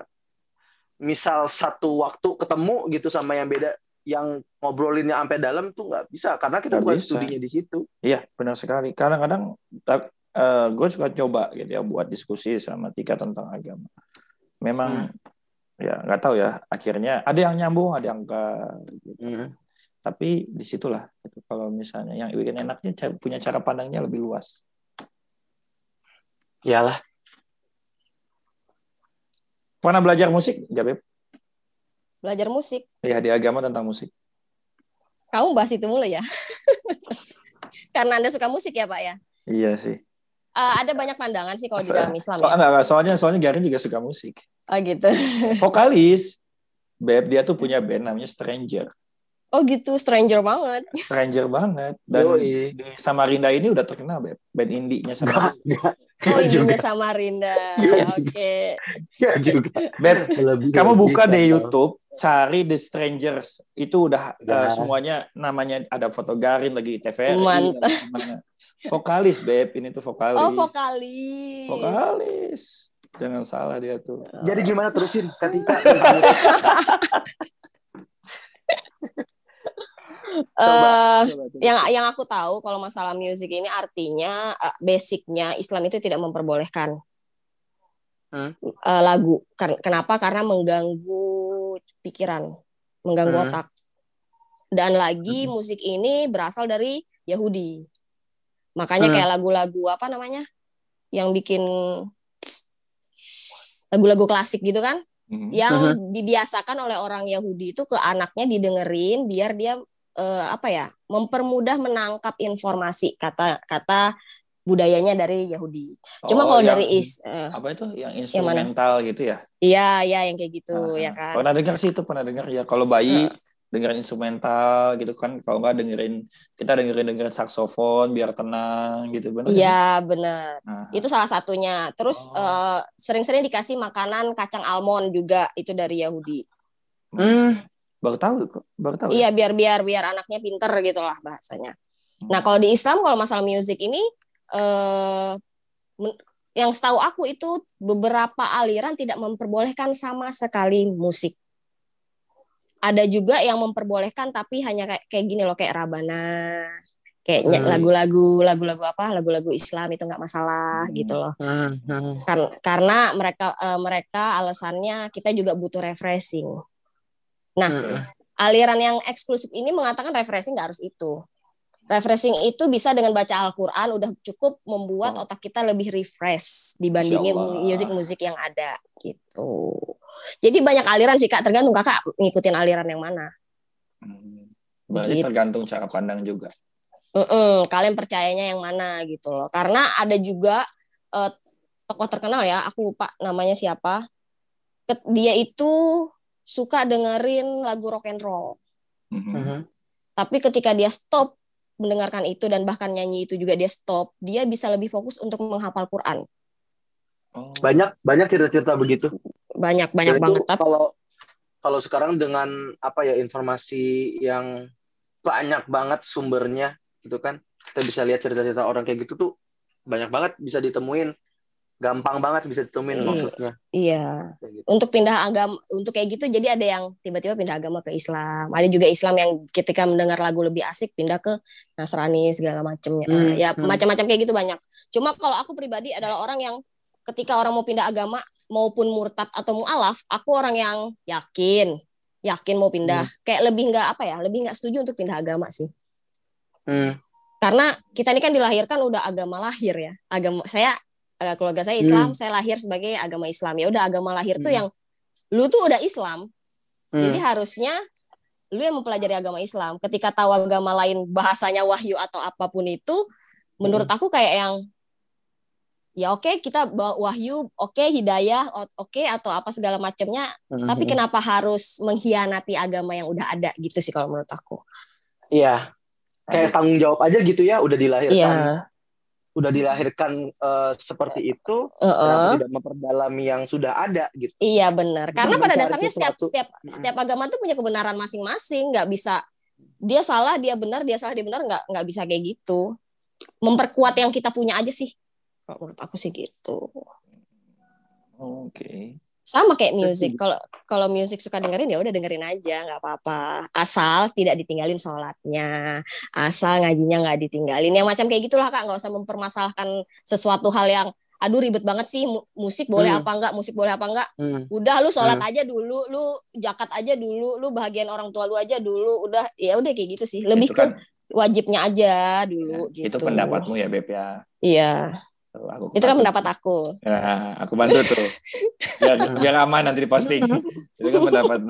misal satu waktu ketemu gitu sama yang beda, yang ngobrolinnya sampai dalam tuh nggak bisa karena kita Nggak bukan bisa. studinya di situ. Iya, benar sekali. Kadang-kadang uh, gue suka coba gitu ya buat diskusi sama Tika tentang agama. Memang hmm. ya nggak tahu ya. Akhirnya ada yang nyambung, ada yang enggak. Gitu. Hmm. Tapi disitulah gitu. Kalau misalnya yang bikin enaknya punya cara pandangnya lebih luas. Iyalah. Pernah belajar musik, nggak, Beb? belajar musik. Iya, di agama tentang musik. Kamu bahas itu mulu ya? Karena Anda suka musik ya, Pak ya? Iya sih. Uh, ada banyak pandangan sih kalau so, di dalam Islam so, ya. Enggak, soalnya soalnya Garin juga suka musik. Oh gitu. Vokalis, Beb, dia tuh punya band namanya Stranger. Oh gitu, stranger banget. Stranger banget. Dan Yoi. di Samarinda ini udah terkenal, Beb. Band indie-nya Samarinda. Oh, indinya Samarinda. Oke. Ya juga. Beb, Lebih kamu lebih buka di kan, YouTube, cari The Strangers. Itu udah ya. uh, semuanya namanya ada foto Garin lagi T V R I. Mantap. Vokalis, Beb. Ini tuh vokalis. Oh, vokalis. Vokalis. Jangan salah dia tuh. Jadi gimana terusin ketika Uh, yang yang aku tahu kalau masalah musik ini artinya uh, basicnya Islam itu tidak memperbolehkan hmm? uh, lagu. Kenapa? Karena mengganggu pikiran, mengganggu hmm. otak. Dan lagi hmm. musik ini berasal dari Yahudi. Makanya hmm. kayak lagu-lagu apa namanya? Yang bikin lagu-lagu klasik gitu kan? Hmm. yang Mhm. dibiasakan oleh orang Yahudi itu ke anaknya didengerin biar dia eh, apa ya mempermudah menangkap informasi kata kata budayanya dari Yahudi. Cuma Oh, kalau yang dari is eh, apa itu? Yang yang mana? instrumental gitu ya? Iya, ya yang kayak gitu Ah, ya kan. pernah dengar sih itu, pernah dengar ya. Kalau bayi dengerin instrumental gitu kan, kalau nggak dengerin kita dengerin dengerin saksofon biar tenang gitu, benar nggak sih? Iya benar. Nah, Itu salah satunya. Terus oh, eh, sering-sering dikasih makanan kacang almond juga itu dari Yahudi. hmm. Hmm. Baru tahu kok, baru tahu ya. Iya biar biar biar anaknya pinter gitulah bahasanya. Nah Hmm. kalau di Islam kalau masalah musik ini eh, men- yang setahu aku itu beberapa aliran tidak memperbolehkan sama sekali musik. Ada juga yang memperbolehkan tapi hanya kayak kayak gini loh kayak Rabana, kayak ny- Hmm. lagu-lagu lagu-lagu apa lagu-lagu Islam itu nggak masalah Hmm. gitu loh. Hmm. Hmm. Kan- karena mereka eh, mereka alasannya kita juga butuh refreshing. Nah, Hmm. aliran yang eksklusif ini mengatakan refreshing nggak harus itu. Refreshing itu bisa dengan baca Al-Quran udah cukup membuat Wow. otak kita lebih refresh Masya dibandingin Allah. musik-musik yang ada gitu. Jadi banyak aliran sih Kak, tergantung Kakak ngikutin aliran yang mana. Hmm. Berarti Gitu. tergantung cara pandang juga. Mm-mm, kalian percayanya yang mana gitu loh. Karena ada juga eh, tokoh terkenal ya, aku lupa namanya siapa. Ket- Dia itu suka dengerin lagu rock and roll. Mhm. Hmm. Tapi ketika dia stop mendengarkan itu dan bahkan nyanyi itu juga dia stop, dia bisa lebih fokus untuk menghafal Quran. Oh. Banyak banyak cerita-cerita begitu. Banyak banyak Dan itu banget. Tapi kalau kalau sekarang dengan apa ya informasi yang banyak banget sumbernya gitu kan, kita bisa lihat cerita-cerita orang kayak gitu tuh banyak banget bisa ditemuin, gampang banget bisa ditemuin i- maksudnya. iya. Kayak gitu. Untuk pindah agama, untuk kayak gitu jadi ada yang tiba-tiba pindah agama ke Islam. Ada juga Islam yang ketika mendengar lagu lebih asik pindah ke Nasrani segala macamnya. Hmm. Ya Hmm. macam-macam kayak gitu banyak. Cuma kalau aku pribadi adalah orang yang ketika orang mau pindah agama maupun murtad atau mualaf, aku orang yang yakin, yakin mau pindah. Kayak lebih nggak apa ya, lebih nggak setuju untuk pindah agama sih. Hmm. Karena kita ini kan dilahirkan udah agama lahir ya. Agama saya eh, keluarga saya Islam, Hmm. saya lahir sebagai agama Islam. Ya udah agama lahir tuh Hmm. yang lu tuh udah Islam. Jadi Hmm. harusnya lu yang mempelajari agama Islam. Ketika tahu agama lain bahasanya wahyu atau apapun itu, menurut aku kayak yang ya oke kita bawa wahyu, oke hidayah, o- oke atau apa segala macamnya. Hmm. Tapi kenapa harus mengkhianati agama yang udah ada gitu sih kalau menurut aku. Iya, kayak Aduh. tanggung jawab aja gitu ya, udah dilahirkan, Iya. udah dilahirkan eh, seperti itu, Heeh. kenapa tidak memperdalami yang sudah ada gitu? Iya benar. Karena pada Mencari dasarnya setiap sesuatu. setiap setiap agama tuh punya kebenaran masing-masing. Nggak bisa dia salah dia benar dia salah dia benar nggak nggak bisa kayak gitu. Memperkuat yang kita punya aja sih. Kalau menurut aku sih gitu. Oke. Sama kayak music. Kalau kalau music suka dengerin ya udah dengerin aja nggak apa-apa. Asal tidak ditinggalin sholatnya. Asal ngajinya nggak ditinggalin. Yang macam kayak gitulah Kak. Nggak usah mempermasalahkan sesuatu hal yang aduh ribet banget sih musik boleh Hmm. apa enggak musik boleh apa enggak Hmm. udah lu sholat Hmm. aja dulu lu zakat aja dulu lu bahagian orang tua lu aja dulu udah ya udah kayak gitu sih lebih Itu kan, ke wajibnya aja dulu ya, gitu itu pendapatmu ya Beb ya. iya Tuh, aku itu kan bantu. pendapat aku Ya, aku bantu tuh. Biar, biar aman nanti diposting. Itu kan pendapatmu.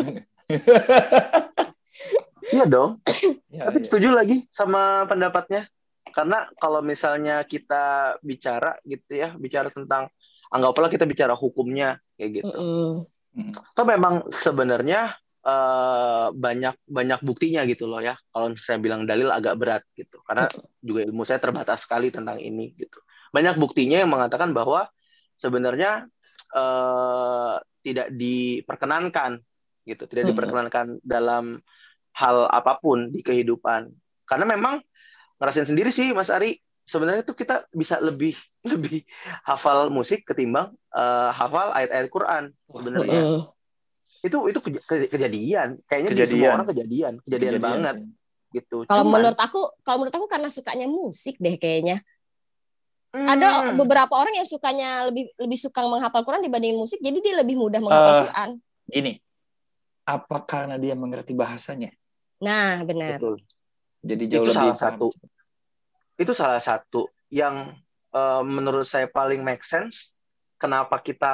Iya dong. Ya, Tapi ya. setuju lagi sama pendapatnya. Karena kalau misalnya kita bicara gitu ya, bicara tentang anggaplah kita bicara hukumnya kayak gitu. Mm-mm. Hmm. Kan memang sebenarnya eh, banyak banyak buktinya gitu loh ya. Kalau saya bilang dalil agak berat gitu. Karena juga ilmu saya terbatas sekali tentang ini gitu. Banyak buktinya yang mengatakan bahwa sebenarnya eh, tidak diperkenankan gitu, tidak Hmm. diperkenankan dalam hal apapun di kehidupan. Karena memang ngerasain sendiri sih Mas Ari, sebenarnya tuh kita bisa lebih lebih hafal musik ketimbang uh, hafal ayat-ayat Quran sebenarnya. Mm-mm. Itu itu ke- ke- kejadian, kayaknya di semua Kejadian. orang kejadian, kejadian, Kejadian banget sih. gitu. Kalau Cuman, menurut aku, kalau menurut aku karena sukanya musik deh kayaknya. hmm, Ada beberapa orang yang sukanya lebih lebih suka menghafal Quran dibandingin musik, jadi dia lebih mudah Eh, menghafal Quran. Gini, apa karena dia mengerti bahasanya? Nah, benar. betul. Jadi jauh Itu lebih salah satu. Itu salah satu yang uh, menurut saya paling make sense. Kenapa kita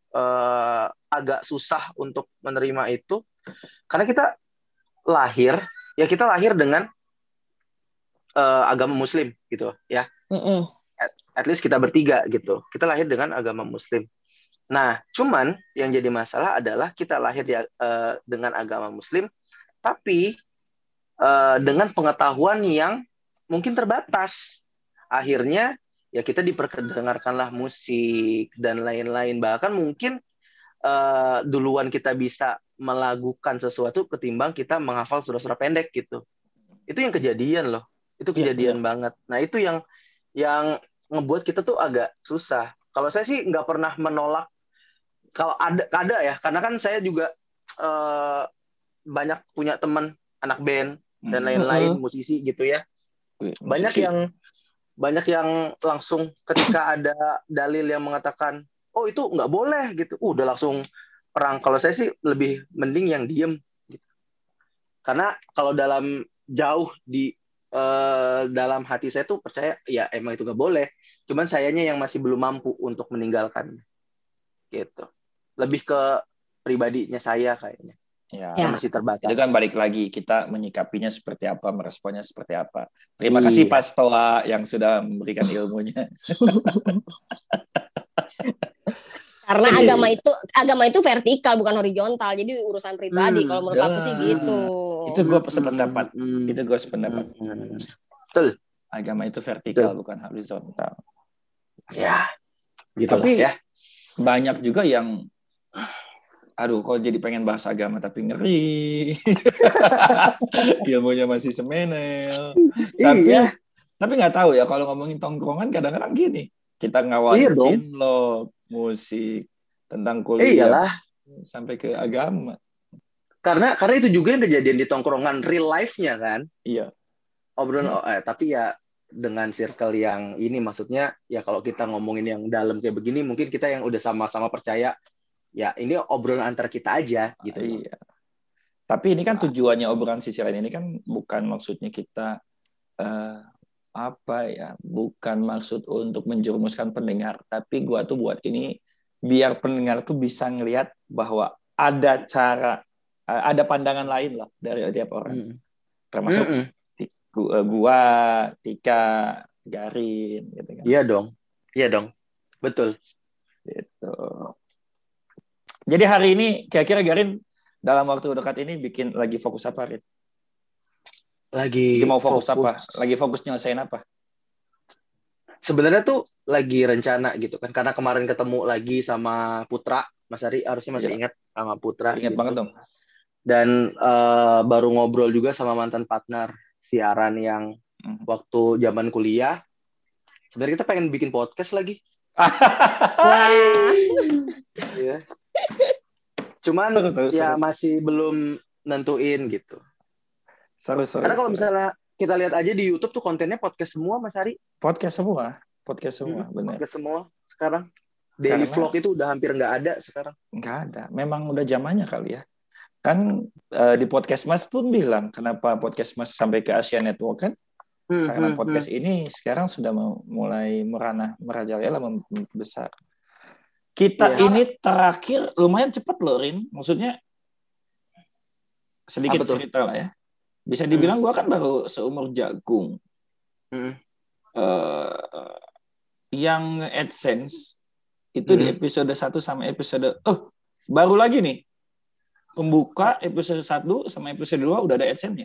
uh, agak susah untuk menerima itu karena kita lahir ya kita lahir dengan uh, agama Muslim gitu ya. At, at least kita bertiga gitu. Kita lahir dengan agama Muslim. Nah, cuman yang jadi masalah adalah kita lahir di, uh, dengan agama Muslim, tapi uh, dengan pengetahuan yang mungkin terbatas. Akhirnya ya kita diperdengarkanlah musik dan lain-lain. Bahkan mungkin uh, duluan kita bisa melakukan sesuatu ketimbang kita menghafal surah-surah pendek gitu. Itu yang kejadian loh. Itu kejadian ya, banget. Nah, itu yang yang ngebuat kita tuh agak susah. Kalau saya sih nggak pernah menolak. Kalau ada, ada ya, karena kan saya juga uh, banyak punya teman anak band dan lain-lain, mm-hmm. musisi gitu ya. Musisi. Banyak yang banyak yang langsung ketika ada dalil yang mengatakan, oh itu nggak boleh gitu, uh, udah langsung perang. Kalau saya sih lebih mending yang diem. Gitu. Karena kalau dalam jauh di uh, dalam hati saya tuh percaya, ya emang itu nggak boleh. Cuman sayanya yang masih belum mampu untuk meninggalkan. Gitu. Lebih ke pribadinya saya kayaknya. Ya, yang masih terbatas. Itu kan balik lagi kita menyikapinya seperti apa, meresponnya seperti apa. Terima iya. kasih Pas Toa yang sudah memberikan ilmunya. Karena agama itu agama itu vertikal bukan horizontal. Jadi urusan pribadi hmm, kalau menurut aku sih gitu. Itu gue sependapat. Hmm, itu gue sependapat. Hmm, betul. Agama itu vertikal betul. Bukan horizontal. Ya. Gitu Tapi lah, ya. Banyak juga yang aduh kok jadi pengen bahas agama tapi ngeri. Ilmunya masih semenel. Tapi iya. tapi nggak tahu ya kalau ngomongin tongkrongan kadang-kadang gini. Kita ngawalin iya cinlok, musik, tentang kuliah Iyalah. Sampai ke agama. Karena karena itu juga yang kejadian di tongkrongan real life-nya kan? Iya. Obrolan hmm. oh, eh, tapi ya dengan circle yang ini maksudnya ya kalau kita ngomongin yang dalam kayak begini mungkin kita yang udah sama-sama percaya ya ini obrolan antar kita aja gitu. Iya. Tapi ini kan tujuannya obrolan sisi lain ini kan bukan maksudnya kita uh, apa ya, bukan maksud untuk menjerumuskan pendengar, tapi gua tuh buat ini biar pendengar tuh bisa ngelihat bahwa ada cara, uh, ada pandangan lain lah dari tiap orang. Hmm. Termasuk hmm. gua, Tika, Garin gitu kan. Iya dong. Iya dong. Betul. Gitu. Jadi hari ini kira-kira Garin dalam waktu dekat ini bikin lagi fokus apa, Rin? Lagi, lagi mau fokus, fokus apa? Lagi fokus nyelesain apa? Sebenarnya tuh lagi rencana gitu kan, karena kemarin ketemu lagi sama Putra, Mas Ari harusnya masih ya. Ingat sama Putra. Ingat gitu. Banget dong. Dan uh, baru ngobrol juga sama mantan partner siaran yang hmm. waktu zaman kuliah. Sebenarnya kita pengen bikin podcast lagi. Wah. Iya. Cuman seru, seru, ya seru. Masih belum nentuin gitu. Seru, seru, Karena kalau seru. misalnya kita lihat aja di YouTube tuh kontennya podcast semua, Mas Ari. Podcast semua, podcast semua, hmm, benar. Podcast semua sekarang. Daily Karena vlog itu udah hampir nggak ada sekarang. Nggak ada. Memang udah zamannya kali ya. Kan uh, di Podcast Mas pun bilang kenapa Podcast Mas sampai ke Asia Network kan? Hmm, Karena hmm, podcast hmm. ini sekarang sudah mulai merana merajalela membesar. Kita ya. Ini terakhir lumayan cepat loh, Rin. Maksudnya sedikit cerita lah ya. Bisa dibilang hmm. gue kan baru seumur jagung. Hmm. Uh, yang AdSense itu hmm. di episode satu sama episode... Oh, baru lagi nih. Pembuka episode satu sama episode dua udah ada AdSense-nya.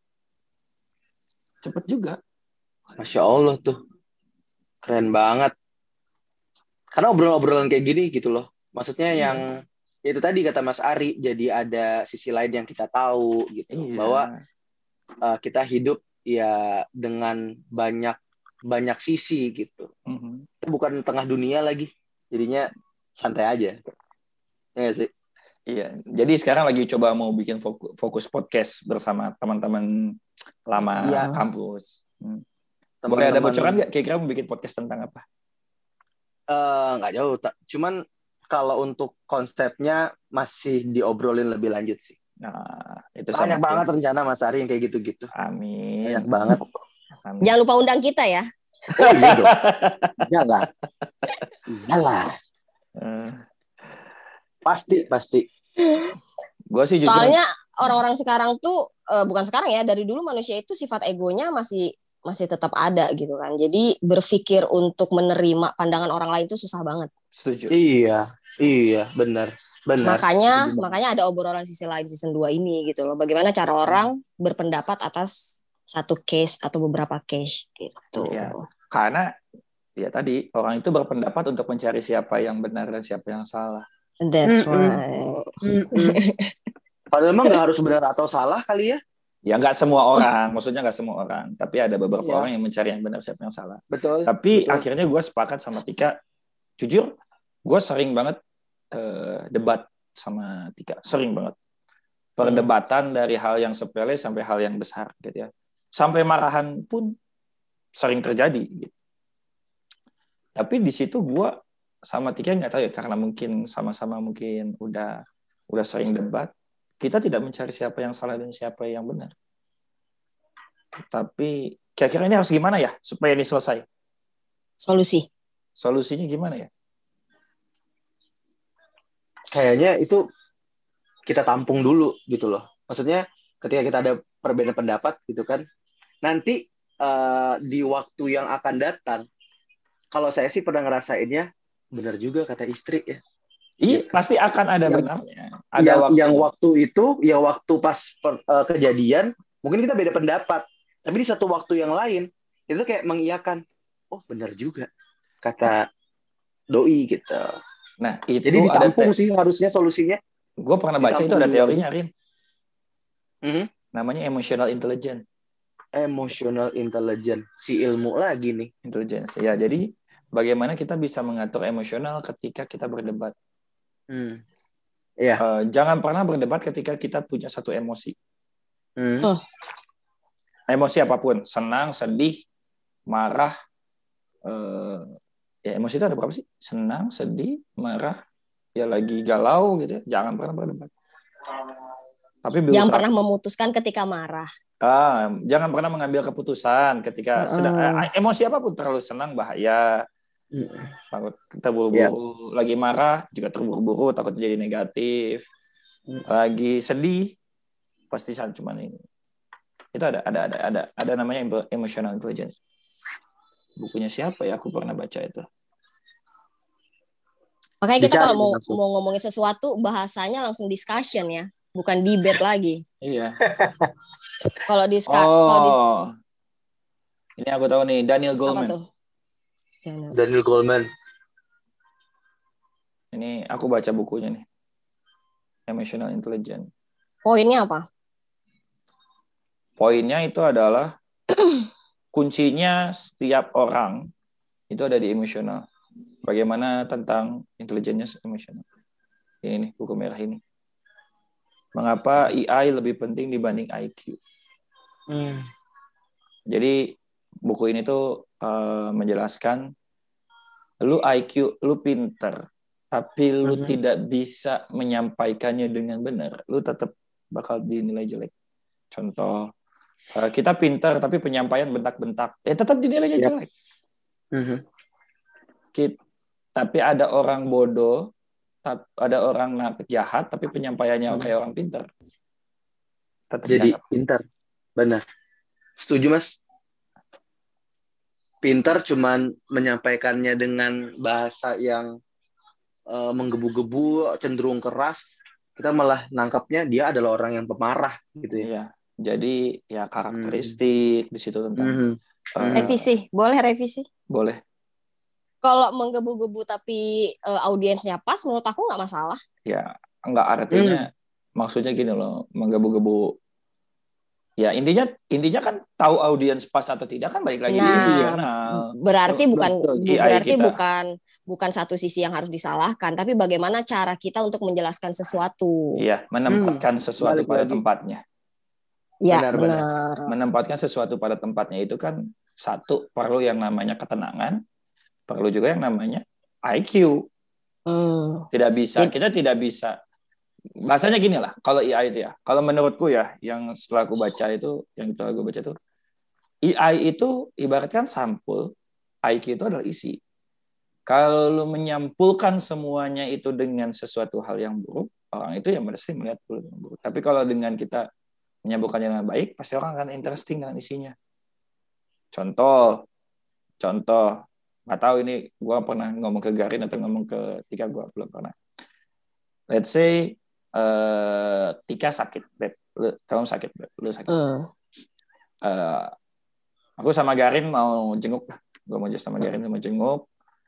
Cepet juga. Masya Allah tuh. Keren banget. Karena obrolan-obrolan kayak gini gitu loh. Maksudnya hmm. yang ya itu tadi kata Mas Ari, jadi ada sisi lain yang kita tahu gitu. Iya. Bahwa uh, kita hidup ya dengan banyak banyak sisi gitu. Mm-hmm. Kita bukan tengah dunia lagi. Jadinya santai aja. Ya gak sih? Iya. Jadi sekarang lagi coba mau bikin fokus, fokus podcast bersama teman-teman lama ya. Kampus. Hmm. Boleh ada bocoran nggak? Kira-kira mau bikin podcast tentang apa? Nggak uh, jauh. Cuman kalau untuk konsepnya masih diobrolin lebih lanjut sih. Nah, itu banyak sama banget rencana Mas Ari yang kayak gitu-gitu. Amin. Banyak banget. Amin. Jangan lupa undang kita ya. Oh, iya dong. Iyalah. Iyalah. Uh, Pasti, pasti. Gue sih jujur. Soalnya orang-orang sekarang tuh uh, bukan sekarang ya, dari dulu manusia itu sifat egonya masih masih tetap ada gitu kan. Jadi berpikir untuk menerima pandangan orang lain itu susah banget. Setuju. Iya, iya, benar. Benar. Makanya makanya ada obrolan sisi lain season dua ini gitu loh. Bagaimana cara orang berpendapat atas satu case atau beberapa case gitu. Ya, karena ya tadi orang itu berpendapat untuk mencari siapa yang benar dan siapa yang salah. That's right. Padahal emang nggak harus benar atau salah kali ya? Ya nggak semua orang, maksudnya nggak semua orang. Tapi ada beberapa ya. orang yang mencari yang benar siapa yang salah. Betul. Tapi betul. akhirnya gue sepakat sama Tika. Jujur, gue sering banget uh, debat sama Tika, sering banget. Perdebatan hmm. dari hal yang sepele sampai hal yang besar gitu ya. Sampai marahan pun sering terjadi gitu. Tapi di situ gue sama Tika nggak tahu ya, karena mungkin sama-sama mungkin udah udah sering debat, kita tidak mencari siapa yang salah dan siapa yang benar. Tapi kira-kira ini harus gimana ya supaya ini selesai? Solusi. Solusinya gimana ya? Kayaknya itu kita tampung dulu gitu loh. Maksudnya ketika kita ada perbedaan pendapat gitu kan, nanti uh, di waktu yang akan datang, kalau saya sih pernah ngerasainnya, benar juga kata istri ya. Iya, pasti akan ada yang, benarnya. Ada yang, waktu. yang waktu itu, yang waktu pas per, uh, kejadian, mungkin kita beda pendapat. Tapi di satu waktu yang lain, itu kayak mengiyakan, oh benar juga kata doi gitu. Nah, itu jadi ditampung te- sih harusnya solusinya. Gue pernah baca itu ada teorinya, Rin. Mm-hmm. Namanya emotional intelligence. Emotional intelligence. Si ilmu lagi nih. Intelligence. Ya, jadi bagaimana kita bisa mengatur emosional ketika kita berdebat. Hmm. Yeah. Uh, jangan pernah berdebat ketika kita punya satu emosi. Hmm. Oh. Emosi apapun. Senang, sedih, marah, uh, ya emosi itu ada berapa sih? Senang, sedih, marah, ya lagi galau gitu. Jangan pernah berdebat. Tapi berusaha, jangan pernah memutuskan ketika marah. Ah, jangan pernah mengambil keputusan ketika uh. sedang eh, emosi apapun, terlalu senang bahaya. Uh. Takut kita buru-buru, yeah. Lagi marah juga terburu-buru, takut jadi negatif. Uh. Lagi sedih pasti cuma ini. Itu ada ada ada ada ada namanya emotional intelligence. Bukunya siapa ya? Aku pernah baca itu. Makanya kita Dicari, kalau mau langsung. mau ngomongin sesuatu, bahasanya langsung discussion ya, bukan debate lagi. Iya. Kalau di oh. kalau dis ini aku tahu nih, Daniel Goleman. Apa tuh? Daniel Goleman. Ini aku baca bukunya nih. Emotional Intelligence. Poinnya apa? Poinnya itu adalah kuncinya setiap orang itu ada di emosional. Bagaimana tentang intelijennya emosional. Ini nih buku merah ini. Mengapa E I lebih penting dibanding I Q? Hmm. Jadi buku ini tuh uh, menjelaskan lu I Q, lu pinter, tapi lu uh-huh. tidak bisa menyampaikannya dengan benar, lu tetap bakal dinilai jelek. Contoh, uh, kita pinter tapi penyampaian bentak-bentak, ya tetap dinilainya yep. jelek. Uh-huh. Kita, tapi ada orang bodoh, ada orang jahat tapi penyampaiannya uh-huh. kayak orang pinter. Tetap jadi dianggap. Pinter, benar. Setuju mas. Pintar cuman menyampaikannya dengan bahasa yang uh, menggebu-gebu, cenderung keras. Kita malah nangkapnya dia adalah orang yang pemarah gitu ya. Iya. Jadi ya karakteristik hmm. di situ tentang hmm. uh, revisi. Boleh revisi? Boleh. Kalau menggebu-gebu tapi uh, audiensnya pas, menurut aku nggak masalah. Ya, nggak artinya hmm. maksudnya gini loh, menggebu-gebu. Ya intinya intinya kan tahu audiens pas atau tidak kan balik lagi nah, di emosional. Berarti so, bukan betul, berarti kita. bukan bukan satu sisi yang harus disalahkan, tapi bagaimana cara kita untuk menjelaskan sesuatu. Iya, menempatkan hmm, sesuatu pada lagi. tempatnya. Iya, benar, benar. Menempatkan sesuatu pada tempatnya itu kan satu perlu yang namanya ketenangan, perlu juga yang namanya I Q. Hmm. Tidak bisa, kita tidak bisa. Bahasanya gini lah, kalau E I itu ya, kalau menurutku ya, yang setelah aku baca itu, yang setelah aku baca itu, E I itu ibaratkan sampul, I Q itu adalah isi. Kalau lu menyampulkan semuanya itu dengan sesuatu hal yang buruk, orang itu ya pasti melihat yang buruk. Tapi kalau dengan kita menyampulkannya dengan baik, pasti orang akan interesting dengan isinya. Contoh, contoh, nggak tahu ini gue pernah ngomong ke Garin atau ngomong ke Tika, gue belum pernah. Let's say uh, Tika sakit, Beb. Lu, kamu sakit, Beb. Lu sakit. Uh. Uh, aku sama Garin mau jenguk, gue mau just sama Garin mau jenguk.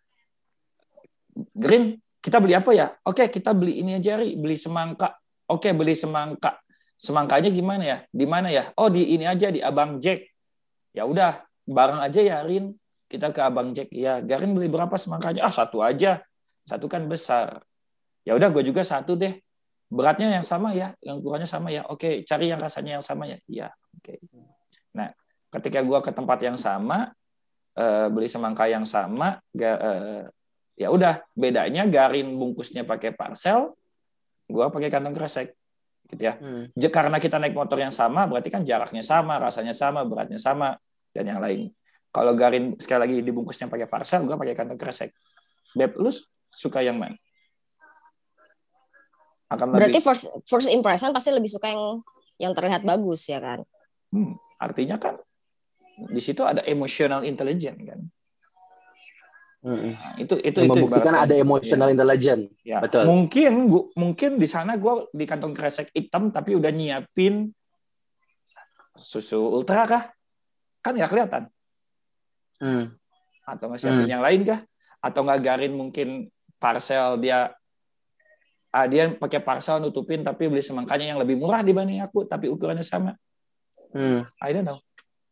Green, kita beli apa ya? Oke, kita beli ini aja, Ri. Beli semangka. Oke, beli semangka. Semangkanya gimana ya? Di mana ya? Oh, di ini aja, di Abang Jack. Ya udah, bareng aja ya, Rin. Kita ke Abang Jack. Ya, Garin beli berapa semangkanya? Ah, satu aja. Satu kan besar. Ya udah, gue juga satu deh. Beratnya yang sama ya, yang ukurannya sama ya. Oke, cari yang rasanya yang sama ya. Iya, oke. Nah, ketika gue ke tempat yang sama, uh, beli semangka yang sama, gak, uh, ya udah, bedanya Garin bungkusnya pakai parcel, gua pakai kantong kresek, gitu ya. Hmm. Karena kita naik motor yang sama, berarti kan jaraknya sama, rasanya sama, beratnya sama, dan yang lain. Kalau Garin sekali lagi dibungkusnya pakai parcel, gua pakai kantong kresek. Beb, lu suka yang mana? Akan berarti lebih... first first impression pasti lebih suka yang yang terlihat bagus ya kan? Hmm, artinya kan di situ ada emotional intelligence kan. Nah, itu itu yang itu membuktikan ada emotional ya. Intelligence. Ya. Betul. Mungkin gua, mungkin di sana gue di kantong kresek hitam tapi udah nyiapin susu ultra kah? Kan nggak kelihatan. Hmm. Atau nggak siapin hmm. yang lain kah? Atau nggak Garin mungkin parcel dia ah, dia pakai parcel nutupin tapi beli semangkanya yang lebih murah dibanding aku tapi ukurannya sama. Hmm. I don't know.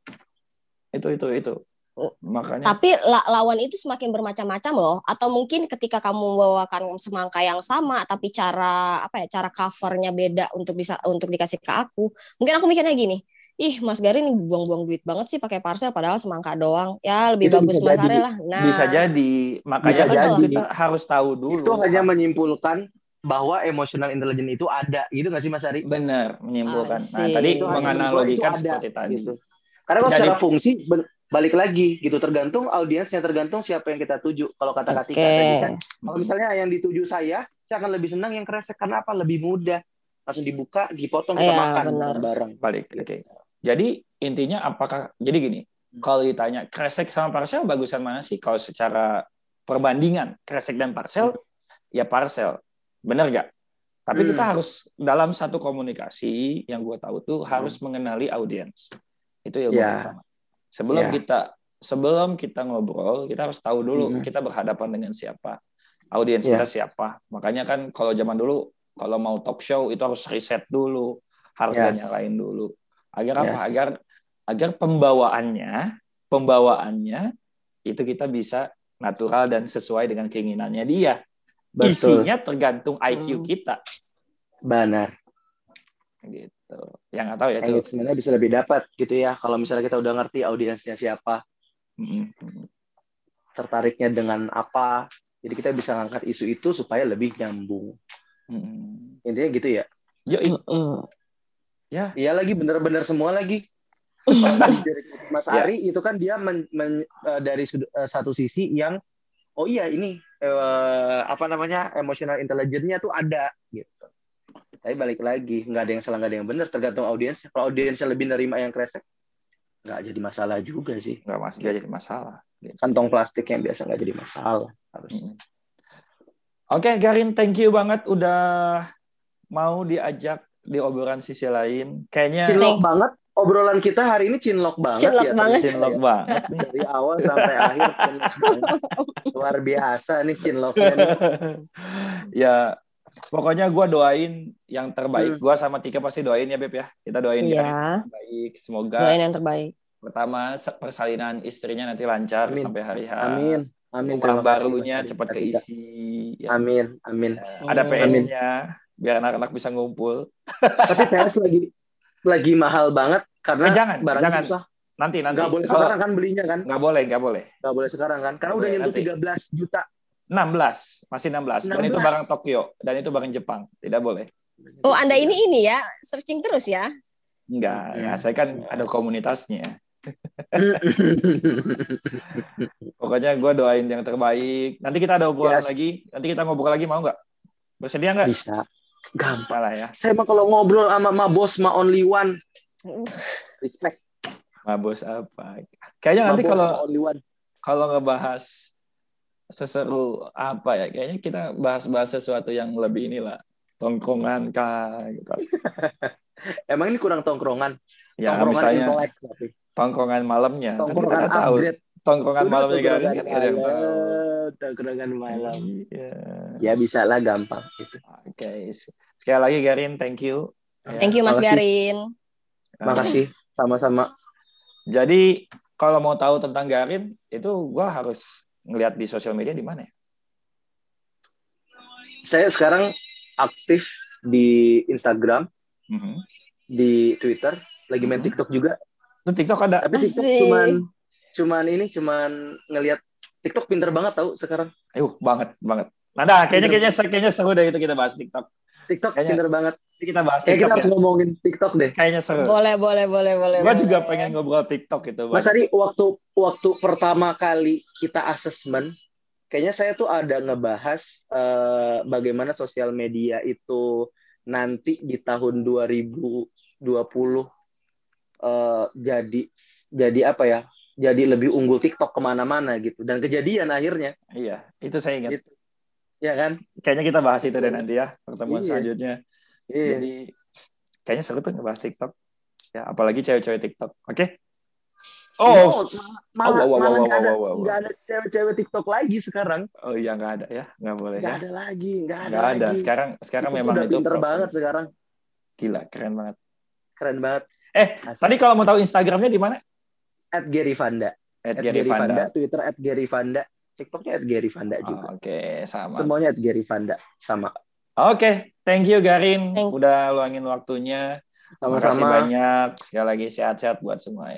Itu itu itu. Makanya. Tapi lawan itu semakin bermacam-macam loh. Atau mungkin ketika kamu membawakan semangka yang sama, tapi cara apa ya, cara covernya beda untuk bisa untuk dikasih ke aku. Mungkin aku mikirnya gini, ih Mas Garin buang-buang duit banget sih pakai parcel, padahal semangka doang. Ya lebih itu bagus Mas Are lah. Nah, bisa jadi. Makanya bisa jadi. Kita harus tahu dulu. Itu hanya menyimpulkan bahwa emotional intelligence itu ada, gitu nggak sih Mas Ari? Benar, menyimpulkan. Nah tadi itu menganalogikan seperti ada, tadi. Gitu. Karena kalau secara fungsi balik lagi gitu, tergantung audiensnya, tergantung siapa yang kita tuju. Kalau kata Katika okay. tadi kan, kalau misalnya yang dituju saya, saya akan lebih senang yang kresek karena apa? Lebih mudah, langsung dibuka, dipotong, kita ya, makan bareng. Balik, oke. Okay. Jadi intinya apakah? Jadi gini, hmm. kalau ditanya kresek sama parcel bagusan mana sih? Kalau secara perbandingan kresek dan parcel, hmm. ya parcel, benar nggak? Tapi hmm. kita harus dalam satu komunikasi yang gue tahu tuh hmm. harus mengenali audiens. Itu yang yeah. pertama. Sebelum yeah. kita sebelum kita ngobrol, kita harus tahu dulu mm-hmm. kita berhadapan dengan siapa, audiens yeah. kita siapa. Makanya kan kalau zaman dulu kalau mau talk show itu harus riset dulu, harganya yes. lain dulu. Agar apa? Yes. Agar agar pembawaannya, pembawaannya itu kita bisa natural dan sesuai dengan keinginannya dia. Betul. Isinya tergantung I Q kita. Benar. Gitu. Yang nggak tahu ya itu. Engagementnya bisa lebih dapat gitu ya. Kalau misalnya kita udah ngerti audiensnya siapa, mm-hmm. tertariknya dengan apa, jadi kita bisa ngangkat isu itu supaya lebih nyambung. Mm-hmm. Intinya gitu ya. Yo, uh, ya. Iya lagi bener-bener semua lagi. Mas Ari itu kan dia men, men, uh, dari uh, satu sisi yang oh iya ini uh, apa namanya emotional intelligence-nya tuh ada gitu. Tapi balik lagi, nggak ada yang salah, nggak ada yang benar, tergantung audiens. Kalau audiensnya lebih nerima yang kresek, nggak jadi masalah juga sih. Nggak mas, nggak jadi masalah. Kantong plastik yang biasa nggak jadi masalah. Harus. Hmm. Oke, okay, Garin, thank you banget udah mau diajak di obrolan sisi lain. Kayaknya cinlok banget. Obrolan kita hari ini cinlok banget cinlok ya. Banget. Cinlok ya. banget. Dari awal sampai akhir cinlok banget. Luar biasa nih cinloknya nih. Ya. Pokoknya gue doain yang terbaik. Hmm. Gue sama Tika pasti doain ya Beb ya. Kita doain ya. yang terbaik. Semoga doain yang terbaik. Pertama persalinan istrinya nanti lancar Amin. Sampai hari H. Amin. Amin. Rumah barunya cepat keisi. Ya. Amin. Amin. Ya. Ada P S-nya biar anak-anak bisa ngumpul. Tapi P S lagi lagi mahal banget karena eh, jangan, barang jangan. susah. Nanti nanti. Nggak boleh sekarang kan belinya kan? Nggak boleh, nggak boleh. Nggak boleh sekarang kan? Karena udah nyentuh tiga belas juta. enam belas, masih enam belas. enam belas. Dan itu barang Tokyo, dan itu barang Jepang. Tidak boleh. Oh, Anda ini ini ya, searching terus ya? Enggak, ya saya kan ada komunitasnya. Pokoknya gue doain yang terbaik. Nanti kita ada obrolan Yes. lagi. Nanti kita ngobrol lagi, mau nggak? Bersedia nggak? Bisa. Gampang Malah ya. Saya mah kalau ngobrol sama ma bos ma only one. Respect. Mabos apa? Kayaknya nanti Ma bos, kalau ma only one. kalau ngebahas seseru apa ya? Kayaknya kita bahas-bahas sesuatu yang lebih inilah. Tongkrongan kah gitu. Emang ini kurang tongkrongan. Ya, Tongkrongan misalnya intelek tapi. tongkrongan malamnya. Kan kita Tongkrongan nggak tahu. upgrade. Tongkrongan Udah malamnya Garin tongkrongan kan nggak ada yang tahu. malam. Tongkrongan malam. Iya. Ya bisa lah gampang gitu. Oke. Sekali lagi Garin, thank you. Ya. Thank you Mas Makasih. Garin. Makasih sama-sama. Jadi kalau mau tahu tentang Garin, itu gue harus ngeliat di sosial media di mana ya? Saya sekarang aktif di Instagram, Mm-hmm. di Twitter, lagi main Mm-hmm. TikTok juga. Lu TikTok ada? Tapi TikTok Asik. cuman cuman ini cuman ngelihat TikTok pinter banget tahu sekarang. Ayo banget banget. Nada, kayaknya kayaknya kayaknya seru deh itu kita bahas TikTok. TikTok Kayaknya- pinter banget. Ini kita bahas Kayak kita TikTok harus ya. ngomongin TikTok deh. Kayaknya seru. Boleh, boleh, boleh, boleh. Gue juga boleh. pengen ngobrol TikTok itu. Mas Ari, waktu waktu pertama kali kita asesmen, kayaknya saya tuh ada ngebahas eh, bagaimana sosial media itu nanti di tahun dua ribu dua puluh eh, jadi jadi apa ya? Jadi lebih unggul TikTok kemana-mana gitu. Dan kejadian akhirnya, Iya, itu saya ingat. Gitu. ya kan? Kayaknya kita bahas itu deh nanti ya pertemuan Iya. selanjutnya. Iya. Jadi kayaknya seru tuh ngebahas TikTok. Ya, apalagi cewek-cewek TikTok. Oke? Oh, No, malah, oh, wow, wow, malah wow, nggak ada, wow, wow, wow. nggak ada cewek-cewek TikTok lagi sekarang. oh iya nggak ada ya, nggak boleh Nggak ya. ada lagi, nggak ada Nggak ada. lagi. Sekarang sekarang Itu memang udah itu pinter profil. banget sekarang. Gila, keren banget. Keren banget. Eh, Asik. tadi kalau mau tahu Instagramnya di mana? At Gary Vanda. At At Gary Vanda. Twitter at Gary Vanda. TikToknya at Gary Vanda Oh, juga. Oke, sama. Semuanya at Gary Vanda. Sama. Oke, thank you Garin. Thank you. Udah luangin waktunya. Terima kasih Sama-sama. banyak. Sekali lagi sehat-sehat buat semua ya.